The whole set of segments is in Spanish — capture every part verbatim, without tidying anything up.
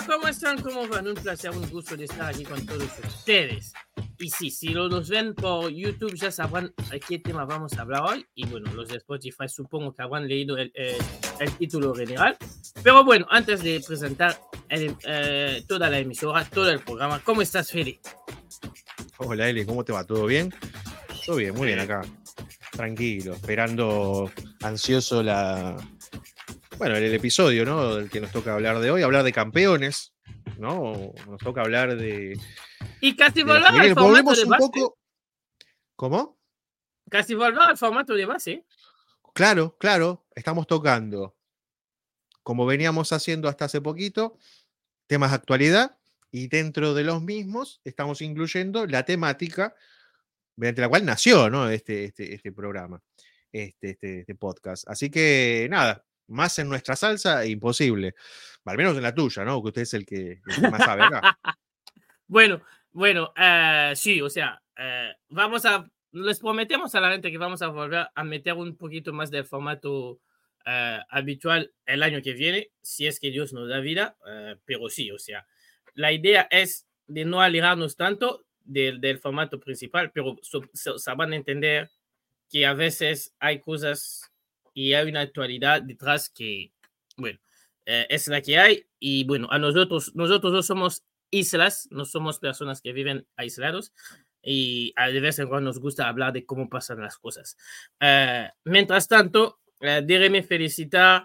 ¿cómo están? ¿Cómo van? Un placer, un gusto de estar aquí con todos ustedes. Y sí, si nos ven por YouTube ya sabrán a qué tema vamos a hablar hoy. Y bueno, los de Spotify supongo que habrán leído el, el, el título general. Pero bueno, antes de presentar el, eh, toda la emisora, todo el programa, ¿cómo estás, Fede? Hola, Eli, ¿cómo te va? ¿Todo bien? Todo bien, muy bien acá. Tranquilo, esperando, ansioso la... Bueno, el, el episodio, ¿no? Del que nos toca hablar de hoy, hablar de campeones, ¿no? Nos toca hablar de... Y casi de volver al formato Volvemos de un base. poco... ¿Cómo? Casi volver al formato de base. Claro, claro, estamos tocando, como veníamos haciendo hasta hace poquito, temas de actualidad, y dentro de los mismos estamos incluyendo la temática mediante la cual nació, ¿no? este, este, este programa, este, este, este podcast. Así que nada, más en nuestra salsa, imposible. Al menos en la tuya, ¿no? Que usted es el que, el que más sabe acá. bueno, bueno, uh, sí, o sea, uh, vamos a, les prometemos a la gente que vamos a volver a meter un poquito más del formato uh, habitual el año que viene, si es que Dios nos da vida, uh, pero sí, o sea, la idea es de no alejarnos tanto del, del formato principal, pero so, so, sabrán entender que a veces hay cosas y hay una actualidad detrás que, bueno, eh, es la que hay. Y bueno, a nosotros, nosotros no somos islas, no somos personas que viven aislados, y a de vez en cuando nos gusta hablar de cómo pasan las cosas. Eh, mientras tanto, eh, déjenme felicitar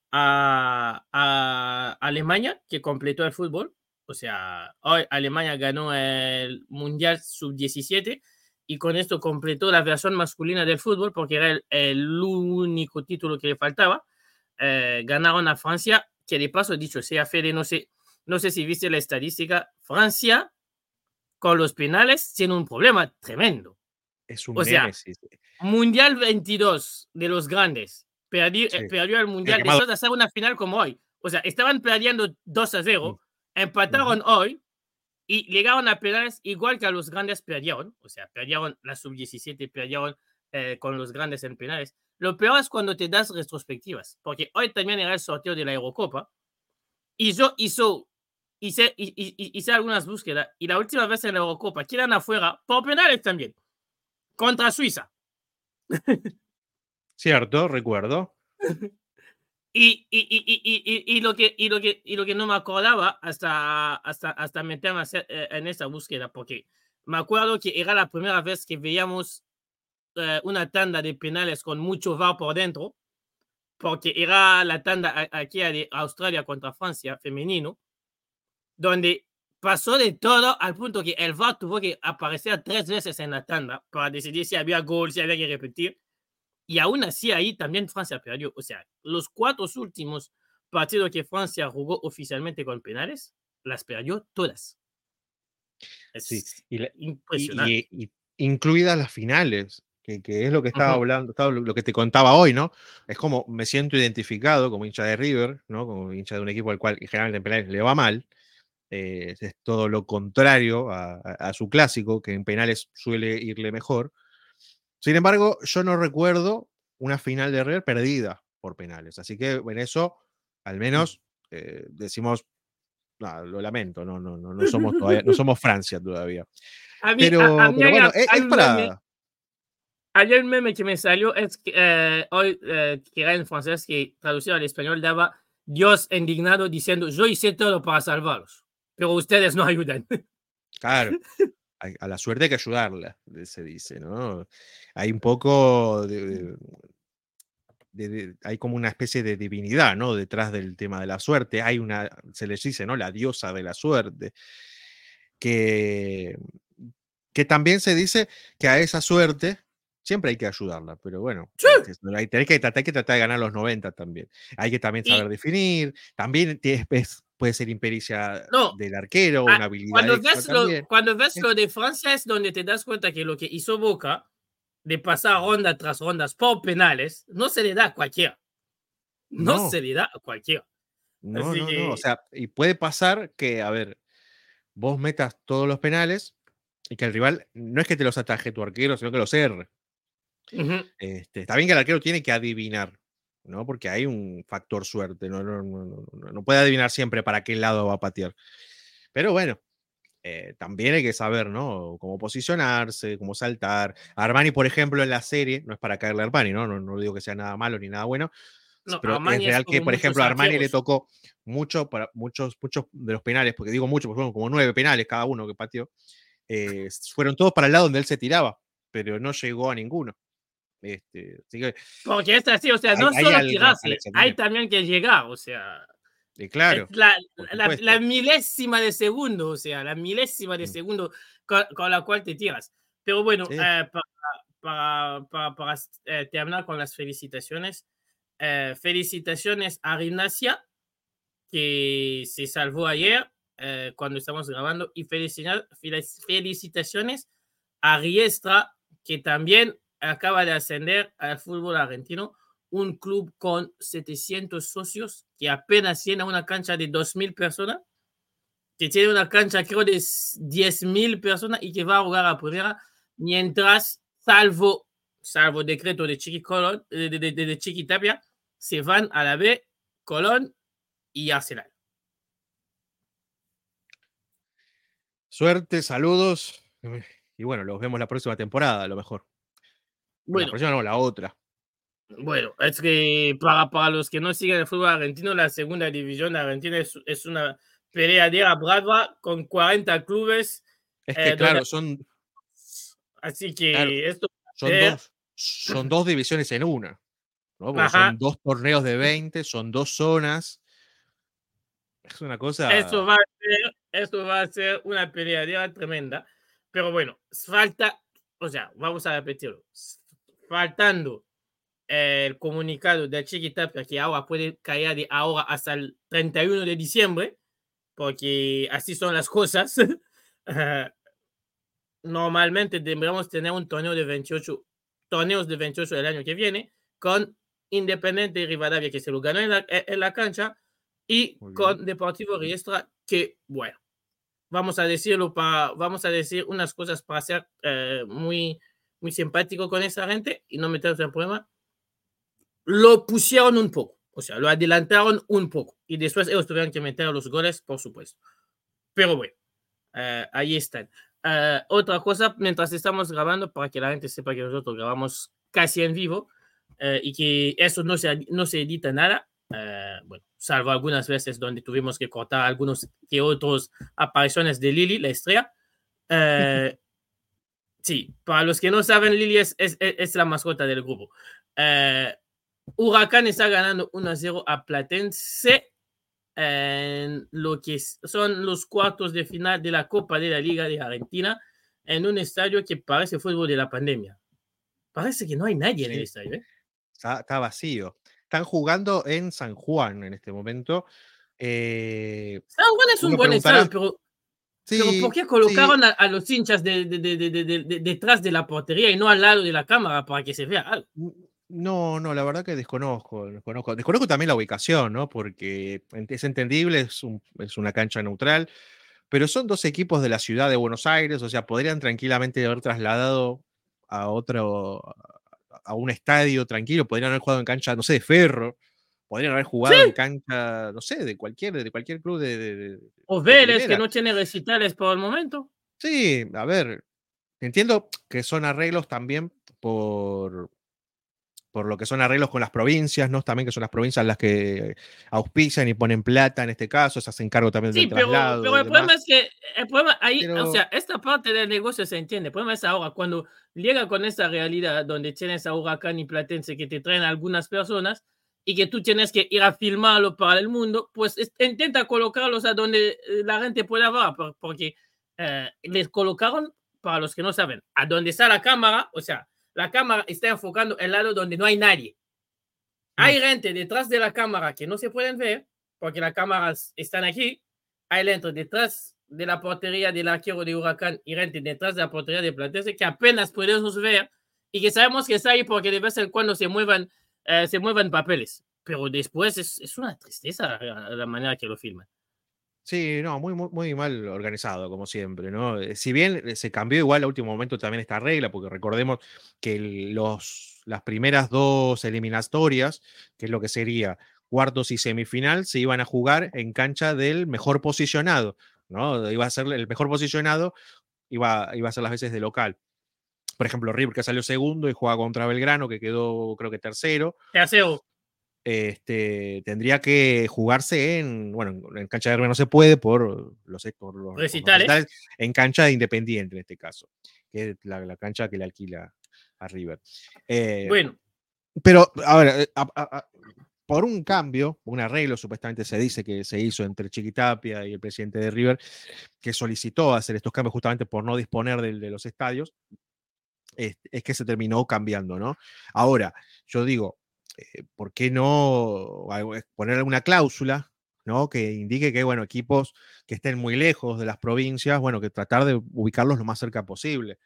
a, a Alemania, que completó el fútbol. O sea, hoy Alemania ganó el Mundial sub diecisiete y con esto completó la versión masculina del fútbol porque era el, el único título que le faltaba. Eh, ganaron a Francia, que de paso, dicho sea, Fede, no sé, no sé si viste la estadística, Francia con los penales tiene un problema tremendo. Es un o sea, némesis. Mundial veintidós de los grandes, perdió, sí. eh, perdió el Mundial el después de hacer una final como hoy. O sea, estaban perdiendo dos a cero, mm. empataron uh-huh. hoy, y llegaron a penales igual que a los grandes perdieron. O sea, perdieron la sub diecisiete, perdieron eh, con los grandes en penales. Lo peor es cuando te das retrospectivas, porque hoy también era el sorteo de la Eurocopa, y yo hizo, hice, hice, hice algunas búsquedas, y la última vez en la Eurocopa quedan afuera por penales también, contra Suiza. Cierto, recuerdo. Y, y, y, y, y, y, lo que, y, lo que, y lo que no me acordaba hasta, hasta, hasta meterme en esa búsqueda, porque me acuerdo que era la primera vez que veíamos uh, una tanda de penales con mucho V A R por dentro, porque era la tanda aquí de Australia contra Francia femenino, donde pasó de todo al punto que el V A R tuvo que aparecer tres veces en la tanda para decidir si había gol, si había que repetir. Y aún así ahí también Francia perdió. O sea, los cuatro últimos partidos que Francia jugó oficialmente con penales, las perdió todas. Es sí, y la, impresionante. Y, y, y, incluidas las finales, que, que es lo que estaba uh-huh. hablando, estaba, lo que te contaba hoy, ¿no? Es como me siento identificado como hincha de River, ¿no? Como hincha de un equipo al cual generalmente en penales le va mal. Eh, es todo lo contrario a, a, a su clásico, que en penales suele irle mejor. Sin embargo, yo no recuerdo una final de River perdida por penales. Así que en eso, al menos, eh, decimos, no, lo lamento, no, no, no, no, somos todavía, no somos Francia todavía. A mí, pero, a, a mí pero bueno, hay, es, hay es para... Meme, ayer el meme que me salió es que eh, hoy, eh, que era en francés, que traducido al español daba Dios indignado diciendo, yo hice todo para salvarlos, pero ustedes no ayudan. Claro. A la suerte hay que ayudarla, se dice, ¿no? Hay un poco de, de, de, de, hay como una especie de divinidad, ¿no? Detrás del tema de la suerte. Hay una, se les dice, ¿no? La diosa de la suerte. Que, que también se dice que a esa suerte siempre hay que ayudarla, pero bueno, ¡Sí! hay, hay, que tratar, hay que tratar de ganar los noventa también. Hay que también saber y, definir. También es, puede ser impericia no, del arquero, a, una habilidad cuando extra ves también. Lo, cuando ves lo de Francia es donde te das cuenta que lo que hizo Boca de pasar ronda tras rondas por penales no se le da a cualquiera. No, no. se le da a cualquiera. No, Así no, que... no. O sea, y puede pasar que, a ver, vos metas todos los penales y que el rival no es que te los ataje tu arquero, sino que los erre. Uh-huh. Este, está bien que el arquero tiene que adivinar ¿no? Porque hay un factor suerte, no, no, no, no, no puede adivinar siempre para qué lado va a patear. Pero bueno, eh, también hay que saber, ¿no? Cómo posicionarse, cómo saltar. Armani, por ejemplo, en la serie, no es para caerle a Armani, ¿no? No, no digo que sea nada malo ni nada bueno, No, pero es Armani es real que, como por muchos ejemplo, a Armani le arqueros. tocó mucho para muchos, muchos de los penales, porque digo mucho, porque fueron como nueve penales cada uno que pateó, eh, fueron todos para el lado donde él se tiraba, pero no llegó a ninguno. Este, así que Porque es así, o sea, hay, no hay solo algo a tirarse, Alexa hay también. también que llegar, o sea, Y es claro, la, por la, la supuesto. milésima de segundo, o sea, la milésima de Mm, segundo con, con la cual te tiras. Pero bueno, sí. eh, para, para, para, para eh, terminar con las felicitaciones, eh, felicitaciones a Gimnasia, que se salvó ayer eh, cuando estamos grabando, y felicita- felicitaciones a Riestra, que también acaba de ascender al fútbol argentino, un club con setecientos socios, que apenas tiene una cancha de dos mil personas, que tiene una cancha creo de diez mil personas y que va a jugar a primera, mientras, salvo, salvo decreto de Chiqui, Colón, de, de, de, de Chiqui Tapia, se van a la B, Colón y Arsenal. Suerte, saludos. Y bueno, los vemos la próxima temporada, a lo mejor. La Bueno, próxima no, la otra. bueno, es que para, para los que no siguen el fútbol argentino, la segunda división de Argentina es, es una peleadera brava con cuarenta clubes, Es que eh, donde, claro, son, así claro, que esto va a son ser, dos, son dos divisiones en una, ¿no? Porque ajá, son dos torneos de veinte, son dos zonas. Es una esto cosa. va a ser, esto va a ser una peleadera tremenda, pero bueno, falta, o sea, vamos a repetirlo, faltando el comunicado de Chiquitapia que ahora puede caer de ahora hasta el treinta y uno de diciembre, porque así son las cosas. Normalmente deberíamos tener un torneo de veintiocho torneos de veintiocho el año que viene, con Independiente y Rivadavia, que se lo ganó en la, en la cancha, y Muy bien. con Deportivo Riestra, que, bueno, vamos a decirlo, para, vamos a decir unas cosas para ser eh, muy, muy simpático con esa gente y no meterse en problema. Lo pusieron un poco, o sea, lo adelantaron un poco, y después ellos tuvieron que meter los goles, por supuesto. Pero bueno, uh, ahí están. Uh, otra cosa, mientras estamos grabando, para que la gente sepa que nosotros grabamos casi en vivo uh, y que eso no se, no se edita nada, uh, bueno, salvo algunas veces donde tuvimos que cortar algunos que otros apariciones de Lili, la estrella. Uh, sí, para los que no saben, Lili es, es, es la mascota del grupo. Uh, Huracán está ganando uno a cero a Platense en lo que son los cuartos de final de la Copa de la Liga de Argentina, en un estadio que parece fútbol de la pandemia. Parece que no hay nadie en el Sí, estadio. ¿eh? está, está vacío. Están jugando en San Juan en este momento. Eh, San Juan es un uno buen estadio, preguntará, pero, pero ¿por sí, qué sí, colocaron a, a los hinchas de, de, de, de, de, detrás de la portería y no al lado de la cámara para que se vea algo? no, no, la verdad que desconozco, desconozco. Desconozco también la ubicación, ¿no? Porque es entendible, es, un, es una cancha neutral, pero son dos equipos de la ciudad de Buenos Aires, o sea, podrían tranquilamente haber trasladado a otro, a un estadio tranquilo, podrían haber jugado en cancha, no sé, de Ferro, podrían haber Sí. jugado en cancha, no sé, de cualquier, de cualquier club de, de, de, O de Vélez, que primera. no tiene recitales por el momento. Sí, a ver, entiendo que son arreglos también por, por lo que son arreglos con las provincias, ¿no? También que son las provincias las que auspician y ponen plata en este caso, se hacen cargo también del Sí, pero, traslado pero y el problema demás. es que, el problema ahí, o sea, Pero esta parte del negocio se entiende. El problema es ahora, cuando llega con esa realidad donde tienes a Huracán y Platense que te traen algunas personas y que tú tienes que ir a filmarlo para el mundo, pues es, intenta colocarlos a donde eh, la gente pueda ver, porque eh, les colocaron, para los que no saben, a donde está la cámara, o sea, la cámara está enfocando el lado donde no hay nadie. mm, Hay gente detrás de la cámara que no se pueden ver, porque las cámaras están aquí. Hay gente detrás de la portería del arquero de Huracán y gente detrás de la portería de Platense que apenas podemos ver y que sabemos que está ahí porque de vez en cuando se muevan, eh, se muevan papeles. Pero después es, es una tristeza la, la manera que lo filman. sí, no, muy, muy, muy mal organizado, como siempre, ¿no? Eh, Si bien eh, se cambió igual a último momento también esta regla, porque recordemos que el- los, las primeras dos eliminatorias, que es lo que sería cuartos y semifinal, se iban a jugar en cancha del mejor posicionado, ¿no? Iba a ser el mejor posicionado, iba, iba a ser las veces de local. Por ejemplo, River, que salió segundo y juega contra Belgrano, que quedó creo que tercero. Tercero. Este, tendría que jugarse en, bueno, en cancha de River no se puede por los, por los, Recitales. por los recitales, en cancha de Independiente en este caso, que es la, la cancha que le alquila a River. Eh, bueno. Pero, a ver, a, a, a, por un cambio, un arreglo, supuestamente se dice que se hizo entre Chiquitapia y el presidente de River, que solicitó hacer estos cambios justamente por no disponer de, de los estadios, es, es que se terminó cambiando, ¿no? Ahora, yo digo, eh, ¿por qué no poner alguna cláusula, ¿no? Que indique que, bueno, equipos que estén muy lejos de las provincias, bueno, que tratar de ubicarlos lo más cerca posible,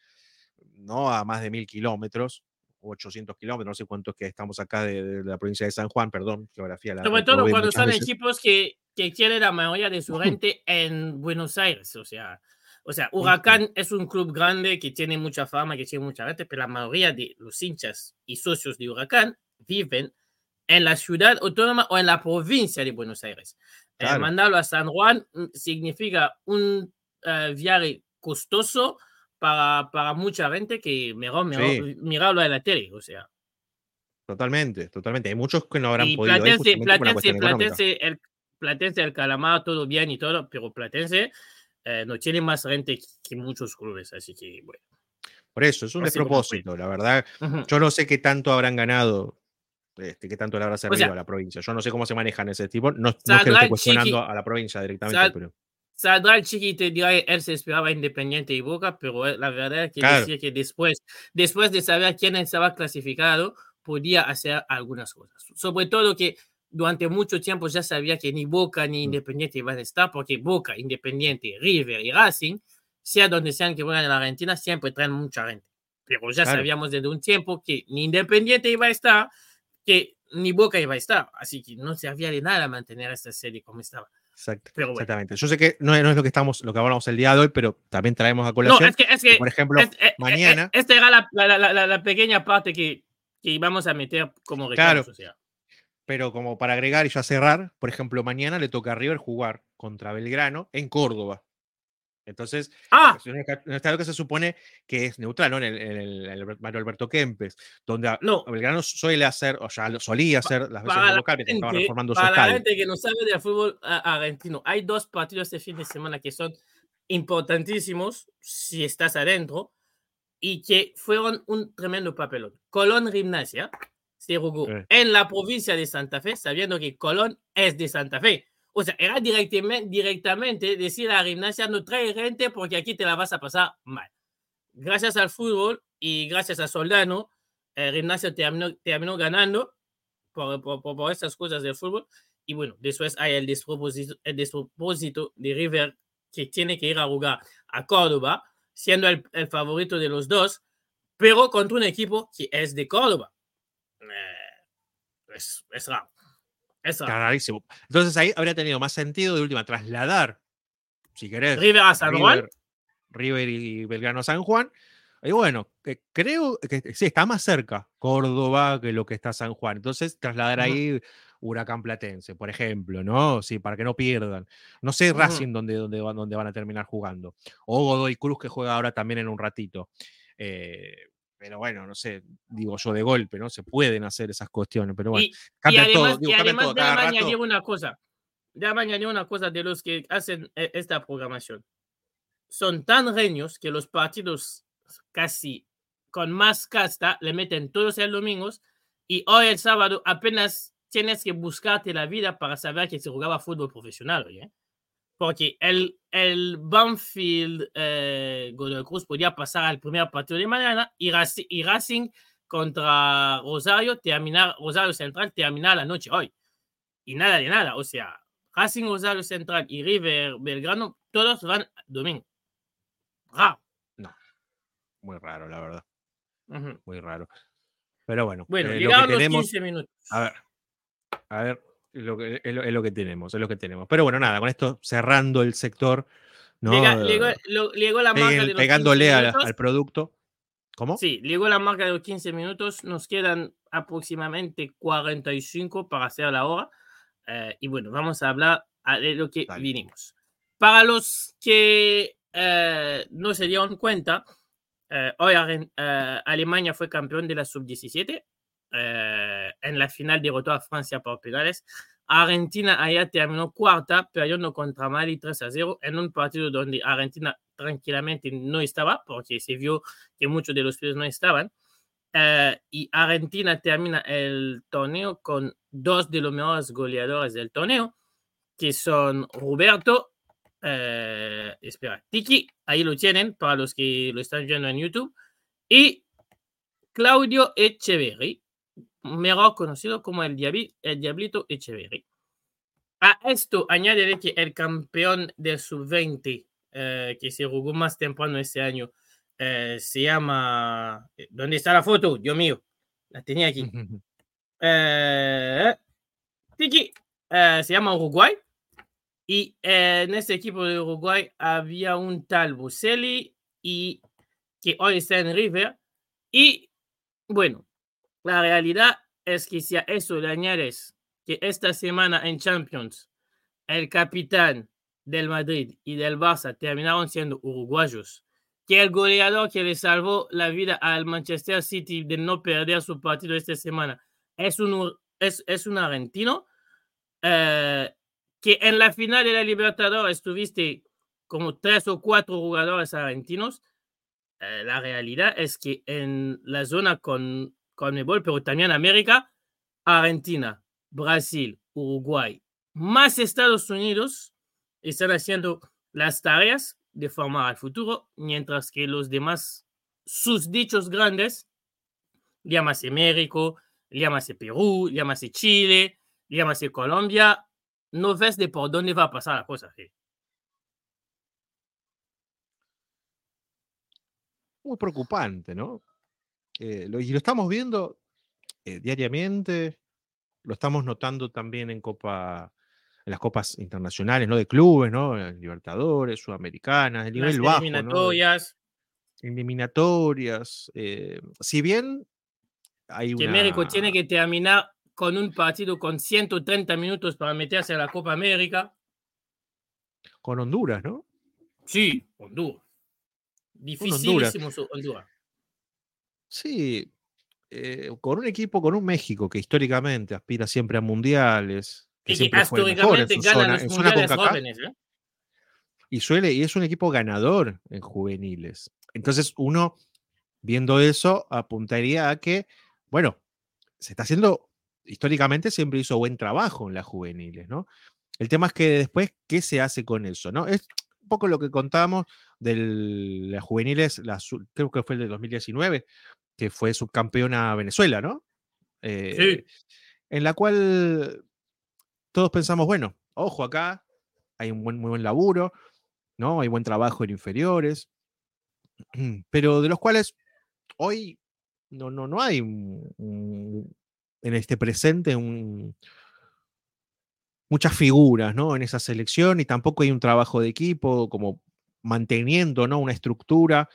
no a más de mil kilómetros, ochocientos kilómetros, no sé cuántos que estamos acá de, de, la provincia de San Juan, perdón, geografía. La Sobre todo cuando son veces. equipos que, que quieren la mayoría de su gente en Buenos Aires, o sea, o sea, Huracán uh-huh. es un club grande que tiene mucha fama, que tiene mucha gente, pero la mayoría de los hinchas y socios de Huracán viven en la ciudad autónoma o en la provincia de Buenos Aires. Claro. Eh, mandarlo a San Juan significa un uh, viaje costoso para, para mucha gente que mejor, mejor sí. mirarlo en la tele, o sea. Totalmente, totalmente. Hay muchos que no habrán y podido Platense, ir Platense, Platense, el, Platense, el Calamar, todo bien y todo, pero Platense eh, no tiene más gente que muchos clubes, así que bueno. Por eso, es un así despropósito, la verdad. Uh-huh. Yo no sé qué tanto habrán ganado, este, qué tanto le habrá servido o sea, a la provincia. Yo no sé cómo se manejan ese tipo. No, no es que lo esté cuestionando chiqui, a la provincia directamente, sal, pero... Saldrá el Chiqui y te dirá, él se esperaba Independiente y Boca, pero la verdad es que claro. decía que después, después de saber quién estaba clasificado, podía hacer algunas cosas. Sobre todo que durante mucho tiempo ya sabía que ni Boca ni Independiente iban a estar, porque Boca, Independiente, River y Racing, sea donde sean que vayan a la Argentina, siempre traen mucha gente. Pero ya claro. sabíamos desde un tiempo que ni Independiente iba a estar, que ni Boca iba a estar. Así que no servía de nada mantener esta serie como estaba. Exacto, bueno. Exactamente. Yo sé que no es, no es lo que estamos, lo que hablamos el día de hoy, pero también traemos a colación. No, es que, es que, por ejemplo, es, es, mañana. Esta era la, la, la, la, pequeña parte que, que íbamos a meter como reclamos. Claro, o sea. Pero como para agregar y ya cerrar, por ejemplo, mañana le toca a River jugar contra Belgrano en Córdoba. Entonces, ah. es un estadio que se supone que es neutral, ¿no? En el, en el, en el Mario Alberto Kempes, donde no. Belgrano suele hacer, o ya lo solía hacer las veces de local, mientras estaba reformando su para estadio. Para la gente que no sabe del fútbol argentino, hay dos partidos este fin de semana que son importantísimos si estás adentro y que fueron un tremendo papelón. Colón Gimnasia se jugó eh. en la provincia de Santa Fe, sabiendo que Colón es de Santa Fe. O sea, era directamente, directamente decir a la Gimnasia, no trae gente porque aquí te la vas a pasar mal. Gracias al fútbol y gracias a Soldano, el Gimnasia terminó, terminó ganando por, por, por, por estas cosas del fútbol. Y bueno, después hay el despropósito, el despropósito de River que tiene que ir a jugar a Córdoba, siendo el, el favorito de los dos, pero contra un equipo que es de Córdoba. Eh, es, es raro. Es raro. Clarísimo. Entonces ahí habría tenido más sentido de última trasladar, si querés, River a San Juan. River, River y Belgrano a San Juan. Y bueno, que creo que sí, está más cerca Córdoba que lo que está San Juan. Entonces trasladar uh-huh. ahí Huracán Platense, por ejemplo, ¿no? Sí, para que no pierdan. No sé uh-huh. Racing dónde, dónde, dónde van a terminar jugando. O Godoy Cruz, que juega ahora también en un ratito. Eh, pero bueno, no sé, digo yo de golpe, ¿no? Se pueden hacer esas cuestiones, pero bueno. Y, y además, todo, digo, y además todo, déjame añadir una cosa. Déjame añadir una cosa de los que hacen esta programación. Son tan genios que los partidos casi con más casta le meten todos el domingo y hoy el sábado apenas tienes que buscarte la vida para saber que se jugaba fútbol profesional, ¿eh? Porque el, el Banfield eh, Godoy Cruz podía pasar al primer partido de mañana y, y Racing contra Rosario, terminar, Rosario Central terminar la noche hoy. Y nada de nada, o sea, Racing, Rosario Central y River Belgrano, todos van domingo. Raro. No, muy raro, la verdad. Uh-huh. Muy raro. Pero bueno, bueno eh, llegaron lo que los tenemos, quince minutos. A ver, a ver, es lo, que, es, lo, es lo que tenemos, es lo que tenemos. Pero bueno, nada, con esto cerrando el sector, ¿no? Llega, llegó, lo, llegó la marca Peguen, de los pegándole quince a, minutos. al producto. ¿Cómo? Sí, llegó la marca de los quince minutos, nos quedan aproximadamente cuarenta y cinco para hacer la hora. Eh, y bueno, vamos a hablar a- de lo que Dale. vinimos. Para los que eh, no se dieron cuenta, eh, hoy Argen- eh, Alemania fue campeón de la sub diecisiete. Eh, en la final derrotó a Francia por penales. Argentina allá terminó cuarta, perdiendo contra Mali tres a cero en un partido donde Argentina tranquilamente no estaba, porque se vio que muchos de los pibes no estaban. Eh, y Argentina termina el torneo con dos de los mejores goleadores del torneo, que son Roberto, eh, espera, Tiki, ahí lo tienen para los que lo están viendo en YouTube, y Claudio Echeverri, mejor conocido como el, Diabli, el Diablito Echeverri. A esto añadiré que el campeón del sub veinte, eh, que se jugó más temprano este año, eh, se llama... ¿Dónde está la foto? Dios mío, la tenía aquí. Eh, Tiki, eh, se llama Uruguay. Y eh, en este equipo de Uruguay había un tal Boselli, y que hoy está en River. Y bueno, la realidad es que si a eso le añades que esta semana en Champions el capitán del Madrid y del Barça terminaron siendo uruguayos, que el goleador que le salvó la vida al Manchester City de no perder su partido esta semana es un, es, es un argentino, eh, que en la final de la Libertadores tuviste como tres o cuatro jugadores argentinos. Eh, la realidad es que en la zona con Conmebol, pero también América, Argentina, Brasil, Uruguay, más Estados Unidos, están haciendo las tareas de formar al futuro, mientras que los demás, sus dichos grandes, llámase México, llámase Perú, llámase Chile, llámase Colombia, no ves de por dónde va a pasar la cosa. ¿Sí? Muy preocupante, ¿no? Eh, lo, y lo estamos viendo eh, diariamente, lo estamos notando también en Copa, en las copas internacionales, ¿no? De clubes, ¿no? En Libertadores, Sudamericanas, el Las nivel bajo, ¿no? De eliminatorias, eliminatorias. Eh, si bien hay que México tiene una que terminar con un partido con ciento treinta minutos para meterse a la Copa América. con Honduras, ¿no? Sí, Honduras. Con Honduras. Dificilísimo Honduras. Sí, eh, con un equipo, con un México que históricamente aspira siempre a mundiales, que Y que siempre fue el mejor en históricamente su ganan zona, los en zona mundiales CONCACAF, jóvenes. ¿eh? y suele, y es un equipo ganador en juveniles. Entonces, uno, viendo eso, apuntaría a que, bueno, se está haciendo, históricamente siempre hizo buen trabajo en las juveniles, ¿no? El tema es que después, ¿qué se hace con eso? ¿No? Es un poco lo que contábamos de las juveniles, la, creo que fue el de dos mil diecinueve, que fue subcampeona Venezuela, ¿no? Eh, Sí. en la cual todos pensamos, bueno, ojo acá, hay un buen, muy buen laburo, ¿no? Hay buen trabajo en inferiores, pero de los cuales hoy no, no, no hay un, un, en este presente un, muchas figuras, ¿no? En esa selección, y tampoco hay un trabajo de equipo como manteniendo, ¿no? Una estructura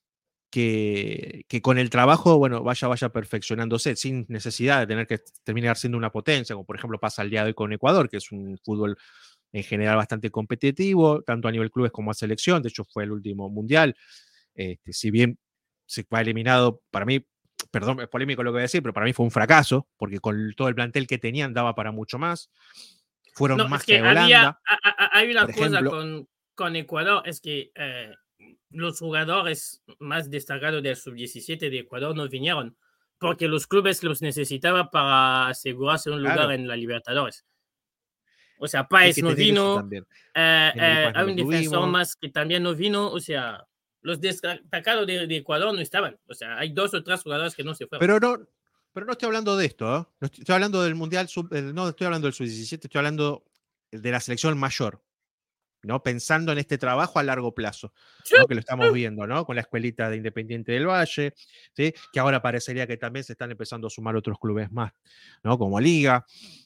que, que, con el trabajo, bueno, vaya, vaya perfeccionándose sin necesidad de tener que terminar siendo una potencia, como por ejemplo pasa el día de hoy con Ecuador, que es un fútbol en general bastante competitivo, tanto a nivel clubes como a selección. De hecho, fue el último mundial. Este, si bien se fue eliminado, para mí, perdón, es polémico lo que voy a decir, pero para mí fue un fracaso, porque con todo el plantel que tenían daba para mucho más. Fueron No, más es que que a había, Holanda, a, a, hay una por cosa ejemplo. con, con Ecuador, es que eh, los jugadores más destacados del sub diecisiete de Ecuador no vinieron, porque los clubes los necesitaban para asegurarse un lugar Claro, en la Libertadores. O sea, hay Páez que no tener eso vino, también. eh, Emery eh, Paz no hay lo un defensor tuvimos. más que también no vino, o sea, los destacados de, de Ecuador no estaban. O sea, hay dos o tres jugadores que no se fueron. Pero no, pero no estoy hablando de esto, ¿eh? No estoy, estoy hablando del Mundial Sub, no estoy hablando del sub diecisiete, estoy hablando de la selección mayor, ¿no? Pensando en este trabajo a largo plazo, Sí, ¿no? Que lo estamos sí. viendo, ¿no? Con la escuelita de Independiente del Valle, ¿sí? Que ahora parecería que también se están empezando a sumar otros clubes más, ¿no? Como Liga.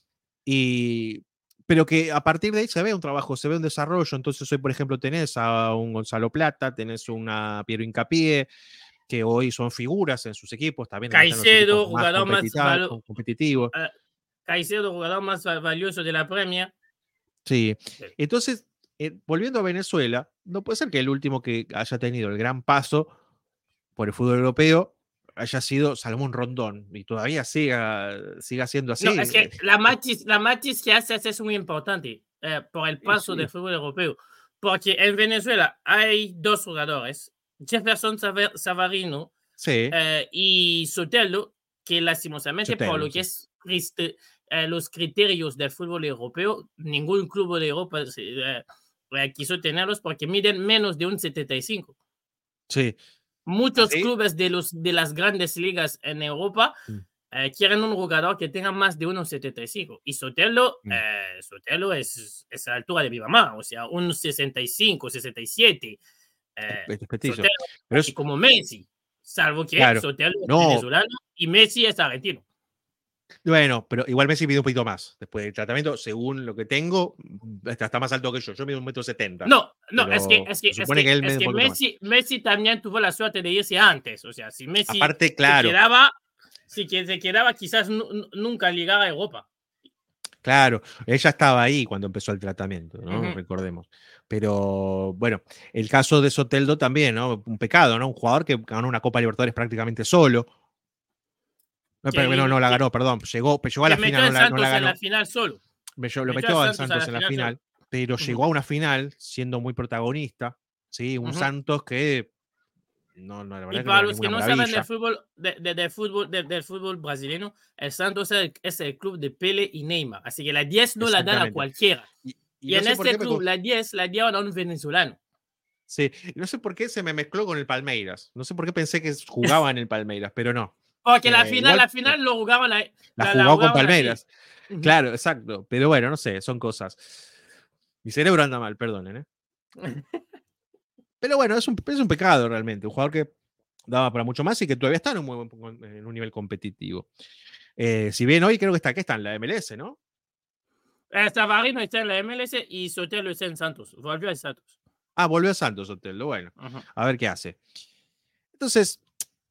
Y, pero que a partir de ahí se ve un trabajo, se ve un desarrollo. Entonces hoy, por ejemplo, tenés a un Gonzalo Plata, tenés una Piero Hincapié, que hoy son figuras en sus equipos, también están en los Caicedo, equipos más jugador más competita- valo- competitivos. eh, Caicedo, jugador más va- valioso de la Premier. Sí. Sí. Entonces, eh, volviendo a Venezuela, no puede ser que el último que haya tenido el gran paso por el fútbol europeo haya sido Salomón Rondón y todavía siga, siga siendo No, así. es que la matriz, la matriz que haces es muy importante eh, por el Sí, paso sí. del fútbol europeo. Porque en Venezuela hay dos jugadores, Jefferson Saver- Savarino Sí, eh, y Sotelo, que lastimosamente por Sotelo, lo que sí. es este, eh, los criterios del fútbol europeo, ningún club de Europa eh, eh, quiso tenerlos porque miden menos de un setenta y cinco. Sí. Muchos ¿Así? clubes de, los, de las grandes ligas en Europa Mm, eh, quieren un jugador que tenga más de uno setenta y cinco. Y Sotelo, mm. eh, Sotelo es, es a la altura de mi mamá, o sea, un sesenta y cinco, sesenta y siete. Es, Eh, es petizo. Sotelo Pero es es, como Messi, salvo que claro, Sotelo es no, venezolano y Messi es argentino. bueno, pero igual Messi mide un poquito más. Después del tratamiento, según lo que tengo, está, está más alto que yo. Yo mido un metro setenta. No, no, es que, Pero es que, se es supone que que, él es mide un que poquito más. Messi, Messi también tuvo la suerte de irse antes. O sea, si Messi Aparte, se claro, quedaba, si que se quedaba, quizás nu- nu- nunca llegaba a Europa. claro, ella estaba ahí cuando empezó el tratamiento, ¿no? Ujú. Recordemos. Pero bueno, el caso de Soteldo también, ¿no? Un pecado, ¿no? Un jugador que ganó una Copa Libertadores prácticamente solo. No, pero no, Que, no la que, ganó, perdón. Llegó, llegó a que la metió final, no al la, no la Santos en la ganó. final solo. Me- yo- Lo Metió al metió al Santos a Santos la en la final solo. final, pero Ujú, llegó a una final siendo muy protagonista, ¿sí? Un ujú. Santos que no, no, la Y verdad que no para era los que ninguna no saben del maravilla. fútbol, de, de, del, fútbol de, del fútbol brasileño, el Santos es el, es el club de Pele y Neymar. Así que la diez no la dan a Exactamente. cualquiera. Y, y Y no en sé por este qué me, club, conf- la diez la dieron a un venezolano. sí, y no sé por qué se me mezcló con el Palmeiras. No sé por qué pensé que jugaba en el Palmeiras, pero no. Porque la Eh, final, igual la final lo jugaban, la, la la, la jugó con jugaban ahí. Palmeiras. Ujú. Claro, exacto. Pero bueno, no sé, son cosas. Mi cerebro anda mal, perdonen, ¿eh? Pero bueno, es un, es un pecado realmente. Un jugador que daba para mucho más y que todavía está en un, muy buen, en un nivel competitivo. Eh, si bien hoy creo que está, que está en la M L S, ¿no? Eh, Savarino está en la M L S y Sotelo está en Santos. Volvió a Santos. Ah, volvió a Santos Otelo. Bueno, Ujú. a ver qué hace. Entonces,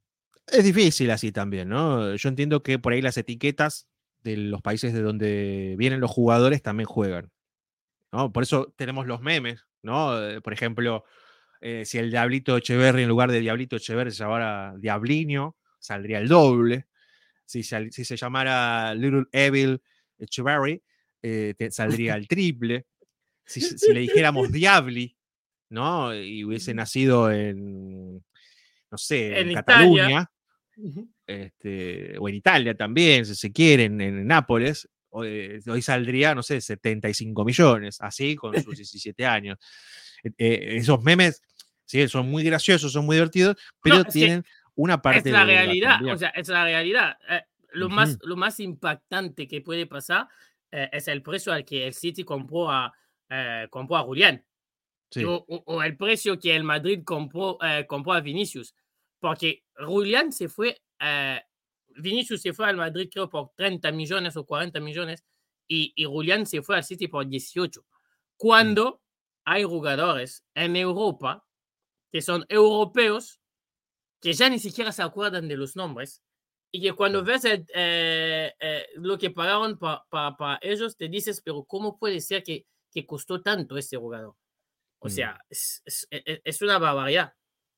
es difícil así también, ¿no? Yo entiendo que por ahí las etiquetas de los países de donde vienen los jugadores también juegan, ¿no? Por eso tenemos los memes, ¿no? Eh, Por ejemplo, eh, si el Diablito Echeverry en lugar de Diablito Echeverry se llamara Diabliño, saldría el doble. Si se, si se llamara Little Evil Echeverry, eh, te- saldría el triple. Si, si le dijéramos Diabli, ¿no? Y hubiese nacido en, no sé, en En Italia. Cataluña, Ujú. este, o en Italia también, si se quiere, en, en Nápoles, hoy, hoy saldría, no sé, setenta y cinco millones, así con sus diecisiete años. Eh, eh, esos memes, sí, son muy graciosos, son muy divertidos, No, pero es que tienen una es parte la de verdad realidad. O también. sea, es la realidad. Eh, lo, más, Ujú, lo más impactante que puede pasar eh, es el precio al que el City compró a, eh, compró a Julián. sí. O, o, o el precio que el Madrid compró, eh, compró a Vinicius. Porque Julián se fue, eh, Vinicius se fue al Madrid creo por treinta millones o cuarenta millones y, y Julián se fue al City por dieciocho. Mm, Cuando hay jugadores en Europa que son europeos que ya ni siquiera se acuerdan de los nombres y que cuando mm, ves el, eh, eh, lo que pagaron para pa, pa ellos, te dices, pero ¿cómo puede ser que, que costó tanto este jugador? O mm. sea, es, es, es, es una barbaridad.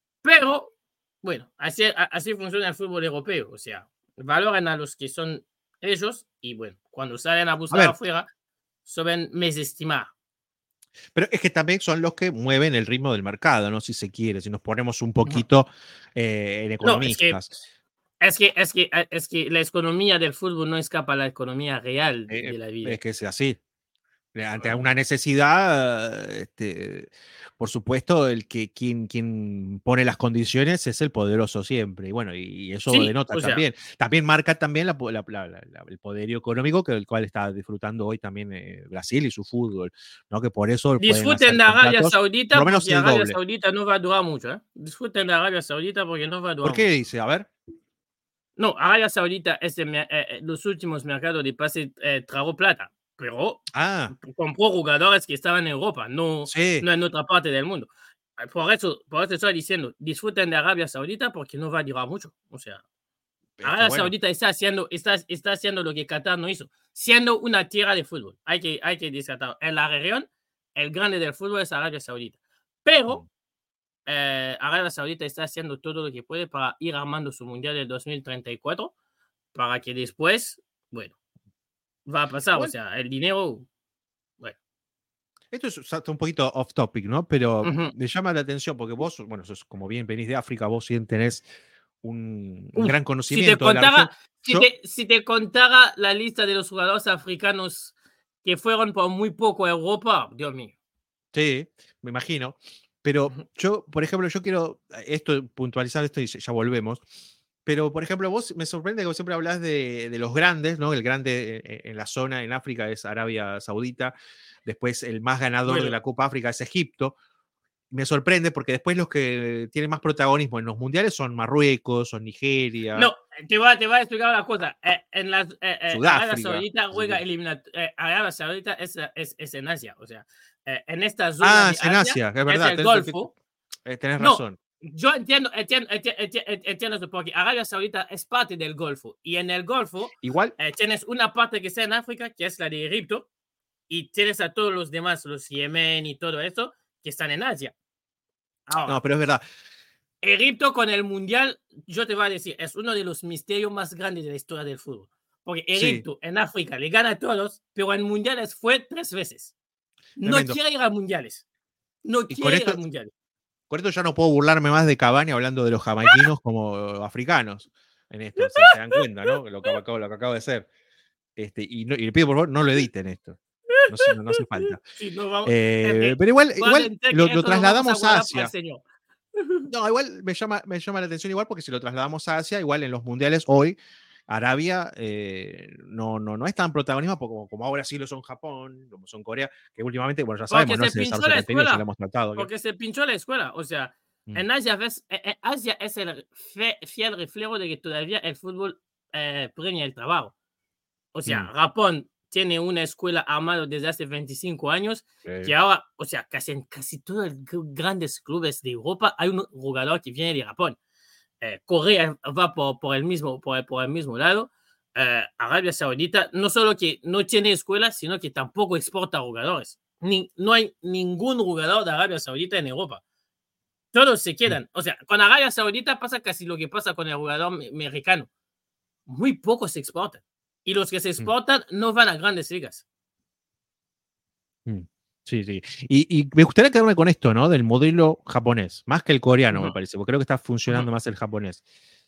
Pero, bueno, así, así funciona el fútbol europeo. O sea, valoran a los que son ellos y, bueno, cuando salen a A buscar ver, afuera, saben desestimar. pero es que también son los que mueven el ritmo del mercado, ¿no? Si se quiere, si nos ponemos un Ujú. poquito eh, en No, es que, economistas. es, que, es, que, es que la economía del fútbol no escapa a la economía real Eh, de la es vida. que sea así. Ante Ujú. una necesidad, este, por supuesto, el que quien, quien pone las condiciones es el poderoso siempre. Y bueno, y eso Sí, denota o sea, también. También marca también la, la, la, la, el poderío económico que el cual está disfrutando hoy también eh, Brasil y su fútbol, ¿no? Que por eso pueden disfruten hacer de Arabia contratos por Saudita lo menos porque el Arabia doble. Saudita no va a durar mucho. ¿eh? Disfruten de Arabia Saudita porque no va a ¿Por durar qué mucho. dice? A ver. No, Arabia Saudita es el, eh, eh, los últimos mercados de pase eh, tragó plata, pero Ah, compró jugadores que estaban en Europa, no, sí. no en otra parte del mundo. Por eso, por eso estoy diciendo, disfruten de Arabia Saudita porque no va a durar mucho. O sea, Es que Arabia bueno, Saudita está haciendo, está, está haciendo lo que Qatar no hizo, siendo una tierra de fútbol. Hay que, hay que descartar. En la región, el grande del fútbol es Arabia Saudita. mm, Pero eh, Arabia Saudita está haciendo todo lo que puede para ir armando su mundial del dos mil treinta y cuatro, para que después, bueno, va a pasar. O igual, sea, el dinero, bueno. esto es está un poquito off topic, ¿no? Pero Ujú. me llama la atención porque vos, bueno, sos, como bien venís de África, vos sí tenés un, un Uf, gran si te conocimiento de la contara, región. si Yo, te, si te contara la lista de los jugadores africanos que fueron por muy poco a Europa, Dios mío. sí, me imagino. Pero Ujú. yo, por ejemplo, yo quiero esto, puntualizar esto y ya ya volvemos. Pero, por ejemplo, vos me sorprende que vos siempre hablas de, de los grandes, ¿no? El grande eh, en la zona, en África, es Arabia Saudita. Después, el más ganador de Bueno, la Copa África es Egipto. Me sorprende porque después los que tienen más protagonismo en los mundiales son Marruecos, son Nigeria, no, te voy a, te voy a explicar una cosa. Eh, en las, eh, eh, Arabia Sudáfrica. Saudita Ni juega siquiera. eliminat eh, Arabia Saudita es, es, es en Asia. O sea, eh, en esta zona Ah, de es en Asia, Asia, es que es verdad. el Tenés, tenés- Golfo. eh, tenés No, razón. yo entiendo, entiendo, entiendo, entiendo, entiendo eso, porque Arabia Saudita es parte del Golfo. Y en el Golfo Igual, eh, tienes una parte que está en África, que es la de Egipto, y tienes a todos los demás, los Yemen y todo eso, que están en Asia. no, Ahora, pero es verdad. Egipto con el Mundial, yo te voy a decir, es uno de los misterios más grandes de la historia del fútbol. Porque Sí, Egipto en África le gana a todos, pero en Mundiales fue tres veces. No tremendo. quiere ir a Mundiales. No Y con quiere ir esto, a Mundiales. con esto ya no puedo burlarme más de Cavani hablando de los jamaiquinos como africanos en esto. Se, se dan cuenta, ¿no? Lo que, acabo, lo que acabo de ser. Este, y, no, y le pido por favor, no lo editen esto. No, se- no, no hace falta. Sí, no vamos, es Eh, que pero igual, voy a igual sentir lo, que lo esto lo vamos a trasladamos a guardar para el Asia. Señor. No, igual me llama, me llama la atención igual porque si lo trasladamos a Asia, igual en los mundiales hoy, Arabia eh, no, no, no es tan protagonismo como, como ahora sí lo son Japón, como son Corea, que últimamente, bueno, ya Porque sabemos, ¿no? se Ese pinchó desarrollo la que han tenido, ya lo escuela. hemos tratado. Que, Porque se pinchó la escuela. O sea, mm, en Asia, ves, en- en Asia es el fe- fiel reflejo de que todavía el fútbol eh, premia el trabajo. O sea, mm, Japón tiene una escuela armada desde hace veinticinco años, eh, que ahora, o sea, casi en casi todos los grandes clubes de Europa hay un jugador que viene de Japón. Eh, Corea va por, por, el mismo, por, por el mismo lado. Eh, Arabia Saudita no solo que no tiene escuela, sino que tampoco exporta jugadores. Ni, no hay ningún jugador de Arabia Saudita en Europa. Todos se mm, quedan. O sea, con Arabia Saudita pasa casi lo que pasa con el jugador mexicano. Muy pocos se exportan. Y los que se mm, exportan no van a grandes ligas. mm. Sí, sí. Y, y me gustaría quedarme con esto, ¿no? Del modelo japonés, más que el Uh coreano, me -huh, parece, porque creo que está uh -huh. funcionando más el japonés.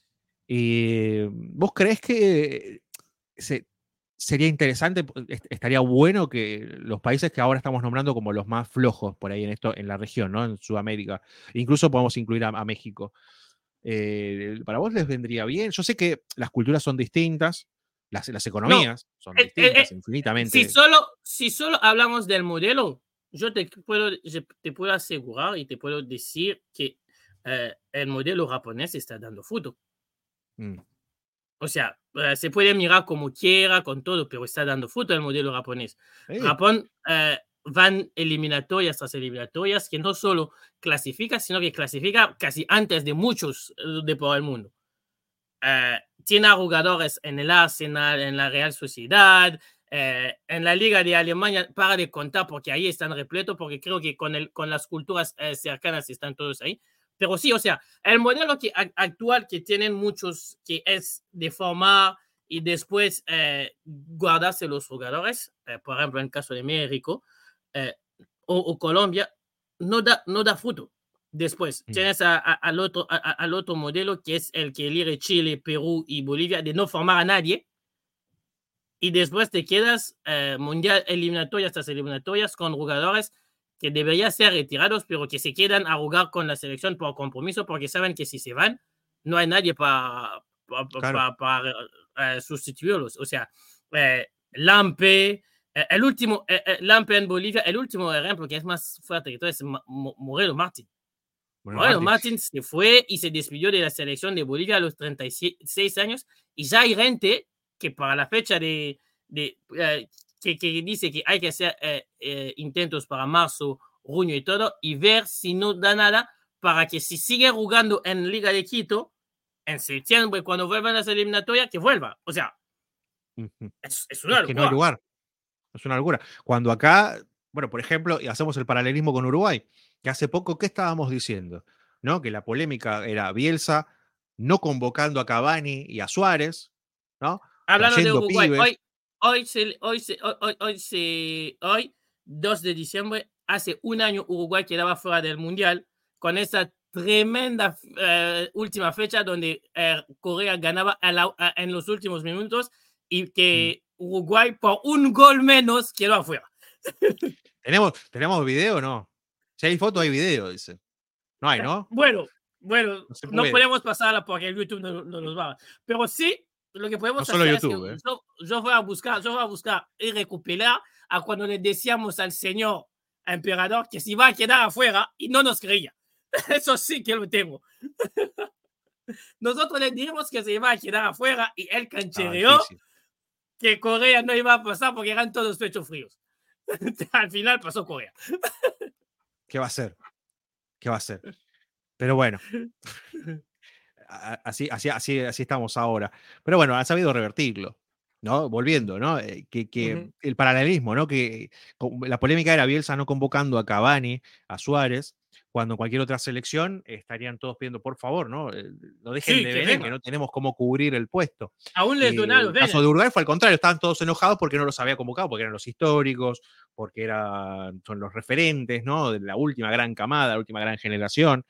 Y, ¿vos creés que se, sería interesante, estaría bueno que los países que ahora estamos nombrando como los más flojos por ahí en esto, en la región, ¿no? En Sudamérica, incluso podemos incluir a, a México. Eh, ¿Para vos les vendría bien? Yo sé que las culturas son distintas, las, las No, economías son eh, eh, distintas, eh, si, infinitamente. solo, si solo hablamos del modelo, yo te puedo, yo te puedo asegurar y te puedo decir que eh, el modelo japonés está dando fruto. Mm, O sea, eh, se puede mirar como quiera, con todo, pero está dando fruto el modelo japonés. sí, Japón eh, van eliminatorias tras eliminatorias, que no solo clasifica, sino que clasifica casi antes de muchos eh, de por el mundo. Eh, tiene a jugadores en el Arsenal, en la Real Sociedad, eh, en la Liga de Alemania, para de contar, porque ahí están repletos, porque creo que con, el, con las culturas eh, cercanas están todos ahí. Pero sí, o sea, el modelo que, actual que tienen muchos, que es de formar y después eh, guardarse los jugadores, eh, por ejemplo, en el caso de México eh, o, o, Colombia, no da, no da fruto. Después mm, tienes a, a, al, otro, a, al otro modelo, que es el que elige Chile, Perú y Bolivia, de no formar a nadie. Y después te quedas eh, mundial eliminatorias tras eliminatorias con jugadores que deberían ser retirados, pero que se quedan a jugar con la selección por compromiso, porque saben que si se van, no hay nadie para pa, pa, claro. pa, pa, uh, sustituirlos. O sea, eh, Lampe, eh, el último, eh, eh, Lampe en Bolivia, el último ejemplo que es más fuerte que todo es Moreno Martín. Bueno, Moreno Martín, Martín se fue y se despidió de la selección de Bolivia a los treinta y seis años, y ya hay gente que para la fecha de, de uh, que, que, dice que hay que hacer uh, uh, intentos para marzo junio y todo, y ver si no da nada para que si sigue jugando en Liga de Quito, en septiembre, cuando vuelvan a las eliminatorias, que vuelva. O sea, Ujú. es, es Es una que no hay locura. lugar. Es una locura. Cuando acá, bueno, por ejemplo, y hacemos el paralelismo con Uruguay, que hace poco, ¿qué estábamos diciendo? ¿No? Que la polémica era Bielsa no convocando a Cavani y a Suárez, ¿no? Hablando de Trayendo Uruguay, pibes. hoy, hoy, se, hoy, se, hoy, hoy, hoy, se, hoy, dos de diciembre, hace un año Uruguay quedaba fuera del Mundial con esa tremenda eh, última fecha donde eh, Corea ganaba a la, a, en los últimos minutos y Mm. que Uruguay por un gol menos quedó afuera. ¿Tenemos, ¿Tenemos video o no? Si hay foto, hay video, dice. No hay, ¿no? Bueno, bueno, No se no puede. podemos pasarla porque el YouTube no, no nos va. Pero sí, lo que No podemos solo hacer es que YouTube, ¿eh? yo, yo, voy a buscar, yo voy a buscar y recuperar a cuando le decíamos al señor emperador que se iba a quedar afuera y no nos creía. Eso sí que lo tengo. Nosotros le dijimos que se iba a quedar afuera y él Estaba canchereó difícil. que Corea no iba a pasar porque eran todos pechos fríos. Al final pasó Corea. ¿Qué va a hacer? ¿Qué va a hacer? Pero bueno, así, así, así, así estamos ahora. Pero bueno, ha sabido revertirlo, ¿no? Volviendo, ¿no? Eh, que, que Uh-huh. el paralelismo, ¿no? Que la polémica era Bielsa no convocando a Cavani, a Suárez, cuando en cualquier otra selección estarían todos pidiendo, por favor, ¿no? Eh, no dejen Sí, de que venir, que venga. no tenemos cómo cubrir el puesto. Aún les Eh, donaron, el caso de vengan. Uruguay fue al contrario, estaban todos enojados porque no los había convocado, porque eran los históricos, porque eran, son los referentes, ¿no? De la última gran camada, la última gran generación.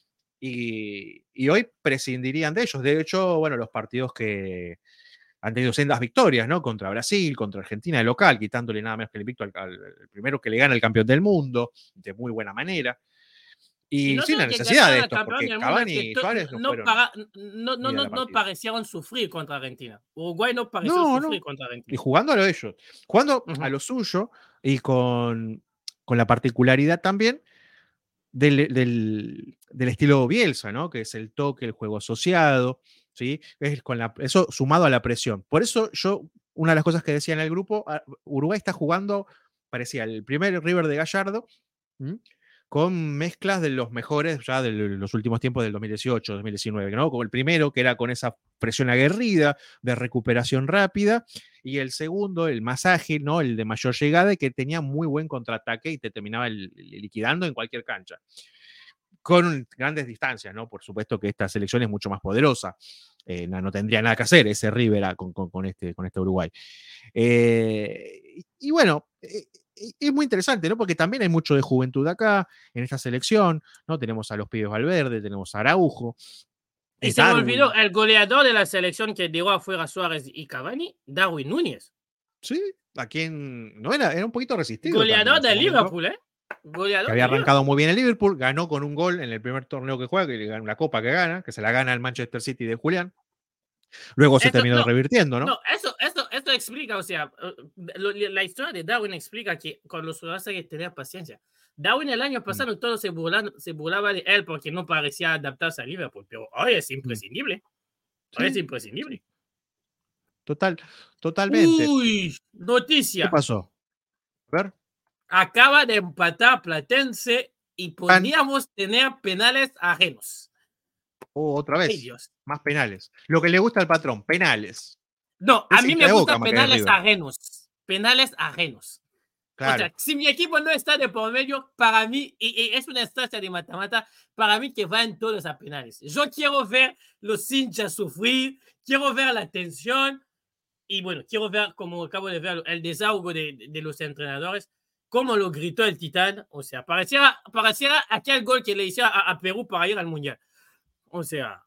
Y, y, hoy prescindirían de ellos. De hecho, bueno, los partidos que han tenido sendas victorias, ¿no? Contra Brasil, contra Argentina de local, quitándole nada más que el invicto al, al, al primero que le gana el campeón del mundo, de muy buena manera. Y Y no sin solo la que necesidad de ganaron al estos, campeón porque del mundo, es que Cavani y to, Suárez no no, fueron para, no, no, ni a no, la no partida. parecieron sufrir contra Argentina. Uruguay no pareció No, sufrir no. contra Y Argentina. jugando a lo de ellos. Jugando Uh-huh. a lo suyo y con, con la particularidad también Del, del, del, estilo Bielsa, ¿no? Que es el toque, el juego asociado, ¿sí? Es con la, eso sumado a la presión. Por eso yo, una de las cosas que decía en el grupo, Uruguay está jugando, parecía el primer River de Gallardo, ¿m? Con mezclas de los mejores ya de los últimos tiempos del dos mil dieciocho, dos mil diecinueve, ¿no? Como el primero, que era con esa presión aguerrida, de recuperación rápida, y el segundo, el más ágil, ¿no? El de mayor llegada, y que tenía muy buen contraataque y te terminaba el, el, liquidando en cualquier cancha. Con grandes distancias, ¿no? Por supuesto que esta selección es mucho más poderosa. Eh, no, no, tendría nada que hacer ese River con, con, con, este, con este Uruguay. Eh, y bueno, eh, es muy interesante, ¿no? Porque también hay mucho de juventud acá, en esta selección, ¿no? Tenemos a los pibes Valverde, tenemos a Araujo. Y se me Darwin. olvidó el goleador de la selección que dejó afuera Suárez y Cavani, Darwin Núñez. Sí, a quien no era, era un poquito resistido goleador también en de su momento. Liverpool, ¿eh? Goleador que había de arrancado Liverpool. muy bien el Liverpool, ganó con un gol en el primer torneo que juega, que le ganó la copa que gana, que se la gana el Manchester City de Julián. Luego se Esto, terminó no, revirtiendo, ¿no? no, eso, esto, esto explica, o sea, lo, la historia de Darwin explica que con los jugadores hay que tener paciencia. Darwin el año pasado mm. todos se, burlan, se burlaba de él porque no parecía adaptarse a Liverpool, pero hoy es imprescindible. Mm. Hoy sí. es imprescindible. Total, totalmente. Uy, noticia. ¿Qué pasó? A ver. Acaba de empatar Platense y podríamos tener penales ajenos. Oh, otra vez. Ay, Dios. Más penales. Lo que le gusta al patrón, penales. No, es a mí me gustan penales ajenos. Penales ajenos. Claro. O sea, si mi equipo no está de por medio, para mí, y, y es una instancia de mata-mata, para mí que van todos a penales. Yo quiero ver los hinchas sufrir, quiero ver la tensión, y bueno, quiero ver, como acabo de ver, el desahogo de, de los entrenadores, cómo lo gritó el Titán. O sea, pareciera, pareciera aquel gol que le hicieron a, a Perú para ir al Mundial. O sea...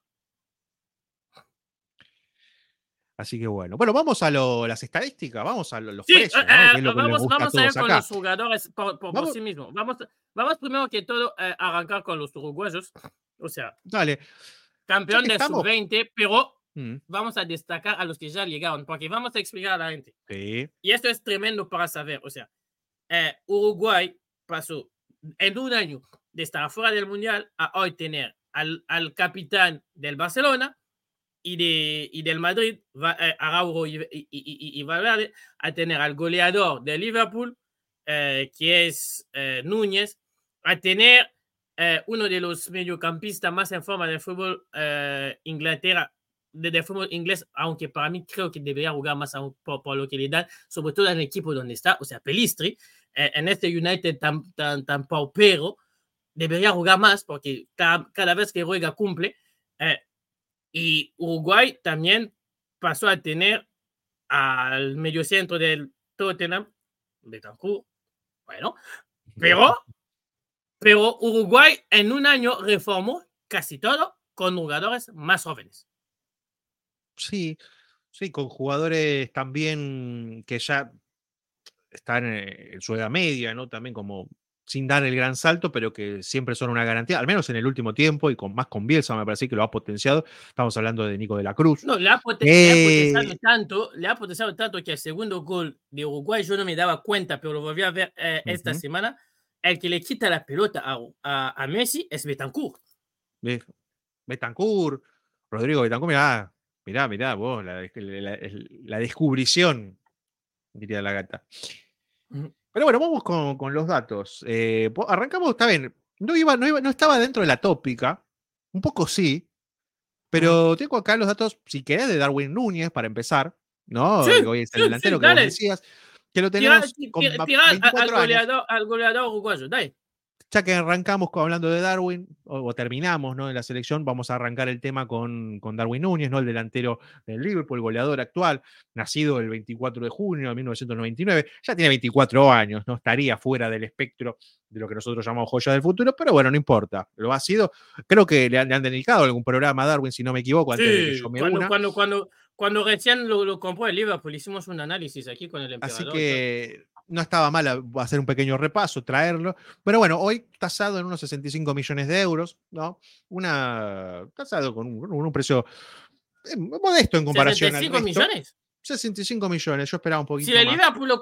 Así que bueno. Bueno, vamos a lo, las estadísticas, vamos a lo, los sí, precios, ¿no? eh, que es lo que vamos, les gusta vamos a, a ir todos con acá. los jugadores por, por, por sí mismos. Vamos, vamos primero que todo eh, a arrancar con los uruguayos. O sea, dale. Campeón de estamos... sub veinte, pero mm. vamos a destacar a los que ya llegaron, porque vamos a explicar a la gente. Sí. Y esto es tremendo para saber. O sea, eh, Uruguay pasó en un año de estar fuera del Mundial a hoy tener al, al capitán del Barcelona y, de, y del Madrid, eh, Araujo y, y, y, y Valverde, a tener al goleador de Liverpool, eh, que es eh, Núñez, a tener eh, uno de los mediocampistas más en forma del fútbol eh, Inglaterra, de, de fútbol inglés, aunque para mí creo que debería jugar más a, por, por lo que le dan, sobre todo en el equipo donde está, o sea, Pelistri, eh, en este United tan, tan, tan paupero, debería jugar más porque cada, cada vez que juega cumple. Eh, y Uruguay también pasó a tener al mediocentro del Tottenham, Betancourt, bueno, pero, pero Uruguay en un año reformó casi todo con jugadores más jóvenes. Sí, sí, con jugadores también que ya están en su edad media, ¿no? También como sin dar el gran salto, pero que siempre son una garantía, al menos en el último tiempo, y con más con Bielsa me parece que lo ha potenciado. Estamos hablando de Nico de la Cruz. No, le ha, poten le ha potenciado tanto, le ha potenciado tanto que el segundo gol de Uruguay yo no me daba cuenta, pero lo volví a ver eh, esta uh -huh. semana. El que le quita la pelota a, a, a Messi es Betancourt. Betancourt, Rodrigo Betancourt, mirá, mirá, mirá, vos, la, la, la, la descubrición, diría la gata. Pero bueno, vamos con, con los datos. Eh, arrancamos, está bien, no, iba, no, iba, no estaba dentro de la tópica, un poco sí, pero uh -huh. tengo acá los datos, si querés, de Darwin Núñez para empezar, ¿no? Sí, Hoy es el sí, delantero sí, que vos decías, que lo tenemos tira, con tira, tira veinticuatro al, goleador, años. al goleador uruguayo, dale. Ya que arrancamos hablando de Darwin, o, o terminamos, ¿no?, en la selección, vamos a arrancar el tema con, con Darwin Núñez, ¿no?, el delantero del Liverpool, el goleador actual, nacido el veinticuatro de junio de mil novecientos noventa y nueve, ya tiene veinticuatro años, no estaría fuera del espectro de lo que nosotros llamamos joya del futuro, pero bueno, no importa, lo ha sido. Creo que le han, le han dedicado algún programa a Darwin, si no me equivoco, antes sí, de que yo me cuando, una. Cuando, cuando, cuando recién lo, lo compró el Liverpool, hicimos un análisis aquí con el emperador. Así que no estaba mal hacer un pequeño repaso, traerlo. Pero bueno, hoy tasado en unos sesenta y cinco millones de euros, ¿no? Una tasado con un, un precio eh, modesto en comparación ¿sesenta y cinco al resto. millones? sesenta y cinco millones, yo esperaba un poquito si el más. Liverpool lo,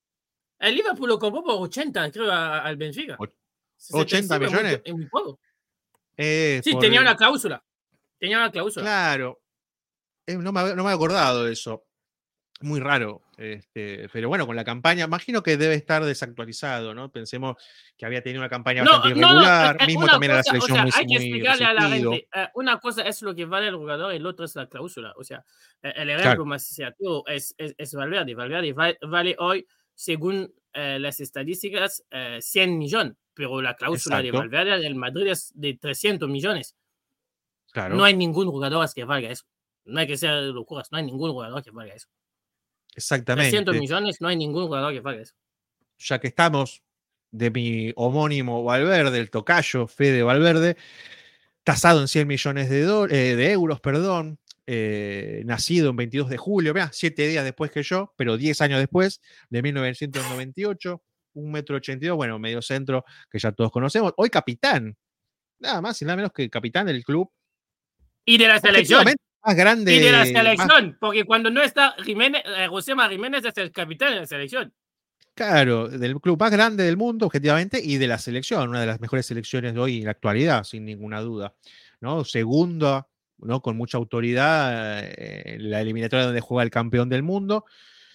el Liverpool lo compró por ochenta, creo, al Benfica. ¿ochenta millones? Es muy, muy poco. Eh, sí, tenía el... una cláusula. Tenía una cláusula. Claro. Eh, no, me, no me he acordado de eso. Muy raro, este, pero bueno, con la campaña, imagino que debe estar desactualizado, ¿no? Pensemos que había tenido una campaña no, bastante irregular, no, no, mismo también cosa, a la selección o sea, muy, hay que muy explicarle resistido. a la gente, uh, una cosa es lo que vale el jugador y el otro es la cláusula, o sea, el ejemplo claro. más certero es, es, es Valverde, Valverde vale, vale hoy, según uh, las estadísticas, uh, cien millones, pero la cláusula Exacto. de Valverde del Madrid es de trescientos millones. Claro. No hay ningún jugador que valga eso, no hay que ser locuras, no hay ningún jugador que valga eso. Exactamente. trescientos millones, no hay ningún jugador que pague eso. Ya que estamos, de mi homónimo Valverde, el tocayo Fede Valverde, tasado en cien millones de, eh, de euros, perdón, eh, nacido en veintidós de julio, mirá, siete días después que yo, pero diez años después, de mil novecientos noventa y ocho, un metro ochenta y dos, bueno, medio centro que ya todos conocemos, hoy capitán, nada más y nada menos que capitán del club. Y de la selección. Más grande. Y de la selección, más... porque cuando no está Jiménez, eh, Josema Jiménez es el capitán de la selección. Claro, del club más grande del mundo, objetivamente, y de la selección, una de las mejores selecciones de hoy en la actualidad, sin ninguna duda. ¿No? Segundo, ¿no?, con mucha autoridad, eh, la eliminatoria donde juega el campeón del mundo,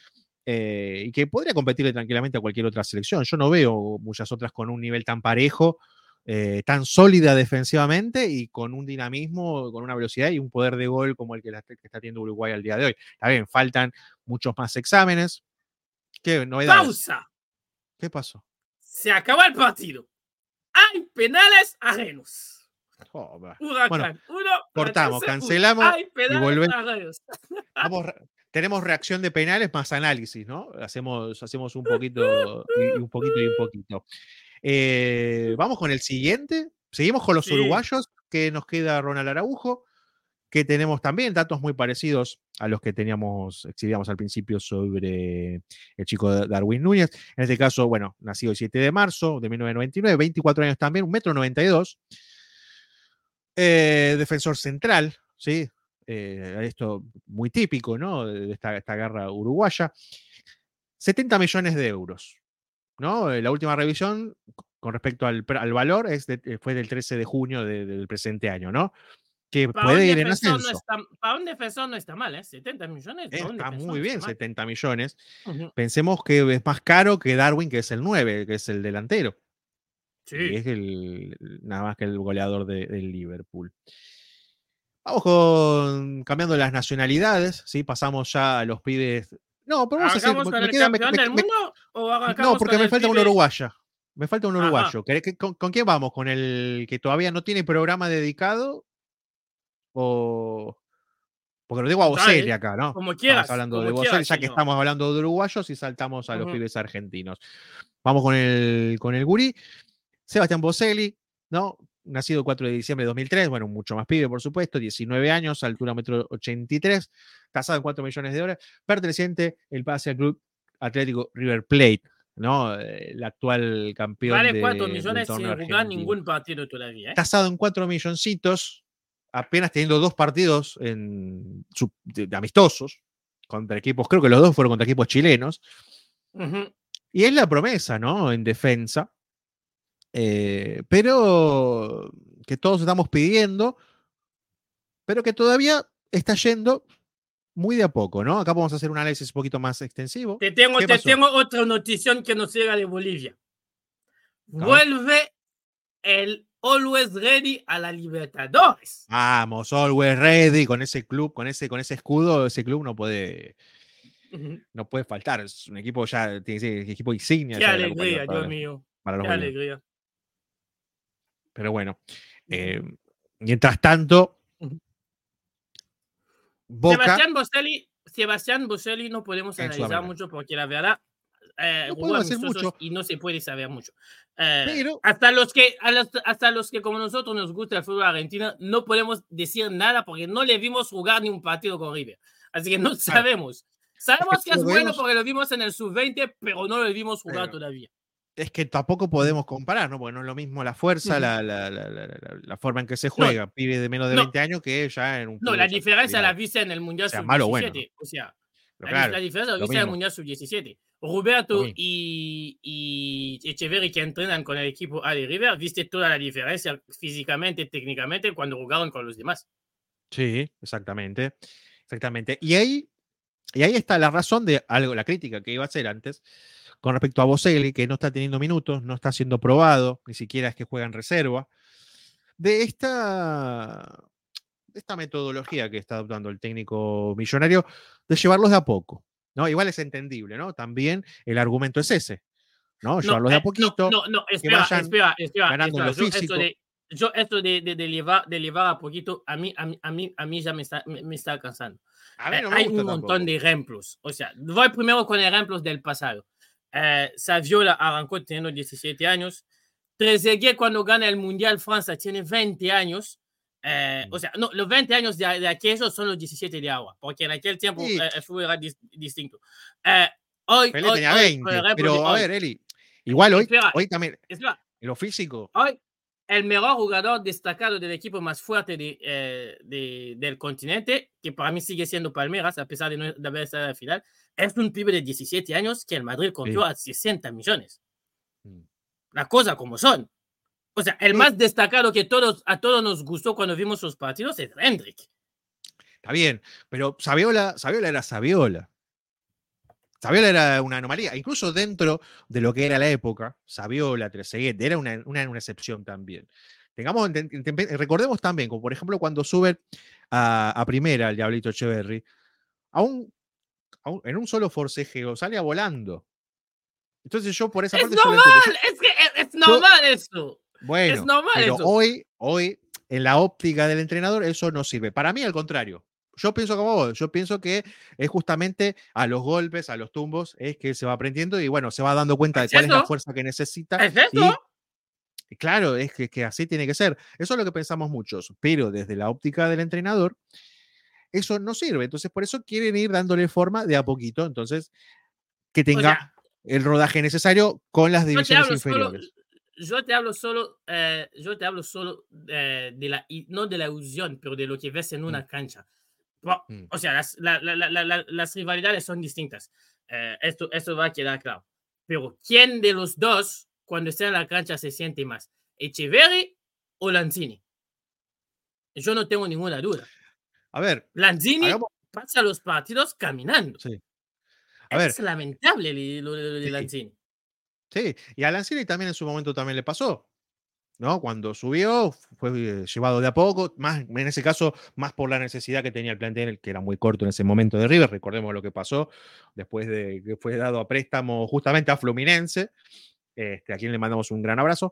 eh, y que podría competirle tranquilamente a cualquier otra selección. Yo no veo muchas otras con un nivel tan parejo, Eh, tan sólida defensivamente y con un dinamismo, con una velocidad y un poder de gol como el que, la, que está teniendo Uruguay al día de hoy. Está bien, faltan muchos más exámenes. ¿Qué novedades? ¡Pausa! ¿Qué pasó? Se acabó el partido. Hay penales ajenos. Oh, Huracán, bueno, uno, cortamos, tercer, cancelamos hay penales y volvemos. Ajenos. Vamos, tenemos reacción de penales más análisis, ¿no? Hacemos, hacemos un poquito y, y un poquito y un poquito. Eh, vamos con el siguiente. Seguimos con los sí. uruguayos, que nos queda Ronald Araujo, que tenemos también datos muy parecidos a los que teníamos, exhibíamos al principio sobre el chico Darwin Núñez. En este caso, bueno, nacido el siete de marzo de mil novecientos noventa y nueve, veinticuatro años también, un metro noventa y dos. Eh, defensor central, ¿sí? Eh, esto muy típico, ¿no?, de esta, esta guerra uruguaya. setenta millones de euros. ¿No? La última revisión con respecto al, al valor es de, fue del trece de junio de, del presente año, ¿no? Que puede ir en ascenso. No está, para un defensor no está mal, ¿eh? setenta millones. Está muy bien, no setenta millones. Uh-huh. Pensemos que es más caro que Darwin, que es el nueve, que es el delantero. y Sí. es el, nada más que el goleador de, del Liverpool. Vamos con cambiando las nacionalidades, ¿sí? Pasamos ya a los pibes. No, pero vamos a hacer. ¿Arrancamos con Me el queda. Me, campeón me- del me- mundo o no, arrancamos porque con me el falta una pibe? uruguaya. Me falta un Ajá. uruguayo. ¿Querés que- con, con quién vamos? ¿Con el que todavía no tiene programa dedicado? ¿O.? Porque lo digo a Boselli Dale, acá, ¿no? como Estamos quieras, hablando de como Boselli, quieras, ya que señor. estamos hablando de uruguayos y saltamos a los Ujú. pibes argentinos. Vamos con el, con el gurí. Sebastián Boselli, ¿no? Nacido el cuatro de diciembre de dos mil tres, bueno, mucho más pibe, por supuesto, diecinueve años, altura metro ochenta y tres, casado en cuatro millones de dólares, perteneciente el pase al club Atlético River Plate, ¿no? El actual campeón Vale cuatro de, del millones torneo sin jugar argentino. ningún partido todavía, ¿eh? Casado en cuatro milloncitos, apenas teniendo dos partidos en, de, de amistosos contra equipos, creo que los dos fueron contra equipos chilenos. Ujú. Y es la promesa, ¿no? En defensa. Eh, pero que todos estamos pidiendo, pero que todavía está yendo muy de a poco, ¿no? Acá vamos a hacer un análisis un poquito más extensivo. Te tengo, ¿Qué te pasó? tengo otra notición que nos llega de Bolivia. A ver. Vuelve el Always Ready a la Libertadores. Vamos, always ready, con ese club, con ese, con ese escudo, ese club no puede, Ujú. no puede faltar. Es un equipo ya, tiene que ser equipo insignia Qué ya de la Copa alegría, Dios Libertadores mío. para los Qué bolivianos. alegría. Pero bueno, Ujú. eh, mientras tanto, Ujú. Boca, Sebastián Boselli, Sebastián Boselli no podemos en analizar Sudamérica. mucho porque la verdad eh, No jugó podemos hacer amistosos mucho, y no se puede saber mucho. Eh, pero hasta, los que, a los, hasta los que como nosotros nos gusta el fútbol argentino, no podemos decir nada porque no le vimos jugar ni un partido con River. Así que no claro, sabemos. es que Sabemos que lo es que bueno vemos, porque lo vimos en el sub veinte, pero no lo vimos jugar pero todavía. es que tampoco Ujú. podemos comparar, ¿no? Porque no es lo mismo la fuerza, Ujú. la, la, la, la, la- la forma en que se No, juega, pibe de menos de no, veinte años, que ya en un no, club la ya diferencia la consolidado. viste en el Mundial Sea malo o bueno, ¿no? sub diecisiete. O sea, Pero la, dif- claro, la diferencia la lo viste en el mismo, Mundial sub diecisiete. lo Roberto mismo. y, y Echeverri que entrenan con el equipo A de River, viste toda la diferencia físicamente, técnicamente, cuando jugaron con los demás. Sí, exactamente. Exactamente. Y ahí, y ahí está la razón de algo, la crítica que iba a hacer antes, con respecto a Boselli, que no está teniendo minutos, no está siendo probado, ni siquiera es que juega en reserva, de esta, de esta metodología que está adoptando el técnico millonario, de llevarlos de a poco. ¿No? Igual es entendible, ¿no? También el argumento es ese, ¿no? No, Llevarlos de a eh, no, poquito, no, no, que espera, vayan espera, espera, ganando en espera. lo Yo esto físico. de, yo esto de, de, de, llevar, de llevar a poquito, a mí, a mí, a mí, a mí ya me está, me, me está cansando. A mí Eh, no me hay gusta un montón tampoco. de ejemplos. O sea, voy primero con ejemplos del pasado. Eh, Saviola arrancó teniendo diecisiete años. Trezeguet cuando gana el Mundial Francia tiene veinte años. Eh, o sea, no, los veinte años de, de aquellos son los diecisiete de agua, porque en aquel tiempo Y eh, el fútbol era dis, distinto. Eh, hoy, Pelé hoy, tenía hoy, con el veinte, ejemplo de pero a hoy, ver, Eli, igual hoy, espera, hoy también, espera, en lo físico, hoy el mejor jugador destacado del equipo más fuerte de, eh, de, del continente, que para mí sigue siendo Palmeiras, a pesar de no de haber estado en la final, es un pibe de diecisiete años que el Madrid compró sí. a sesenta millones. Mm. Las cosas como son. O sea, el Sí, más destacado que todos, a todos nos gustó cuando vimos sus partidos es Hendrik. está bien, pero Saviola, Saviola era Saviola. Saviola era una anomalía, incluso dentro de lo que era la época, Saviola, Trezeguet, era una, una, una excepción también. Tengamos, recordemos también, como por ejemplo cuando suben a, a primera el Diablito Echeverry, a un, a un, en un solo forcejeo salía volando. Entonces yo por esa Es parte yo lo entiendo. normal, Yo, es que es, es yo, normal eso. Es bueno, normal pero eso. hoy, hoy, en la óptica del entrenador, eso no sirve. Para mí, al contrario. Yo pienso como vos, yo pienso que es justamente a los golpes, a los tumbos, es que se va aprendiendo y bueno, se va dando cuenta de Es cuál es la eso, fuerza que necesita es eso. y claro, es que, que así tiene que ser. Eso es lo que pensamos muchos, pero desde la óptica del entrenador, eso no sirve. Entonces, por eso quieren ir dándole forma de a poquito. Entonces, que O sea, tenga el rodaje necesario con las yo te divisiones hablo solo, inferiores. yo te hablo solo, eh, yo te hablo solo eh, de la, no de la ilusión, pero de lo que ves en Mm, una cancha. Bueno, mm. o sea, las, la, la, la, la, las rivalidades son distintas. Eh, esto, esto va a quedar claro. Pero ¿quién de los dos, cuando está en la cancha, se siente más? ¿Echeverri o Lanzini? Yo no tengo ninguna duda. A ver, Lanzini hagamos. pasa los partidos caminando. Sí. A ver, Es lamentable lo, lo, lo de sí, Lanzini. sí. Y a Lanzini también en su momento también le pasó. ¿no? Cuando subió, fue llevado de a poco, más, en ese caso, más por la necesidad que tenía el plantel, que era muy corto en ese momento de River. Recordemos lo que pasó después de que fue dado a préstamo justamente a Fluminense, este, a quien le mandamos un gran abrazo.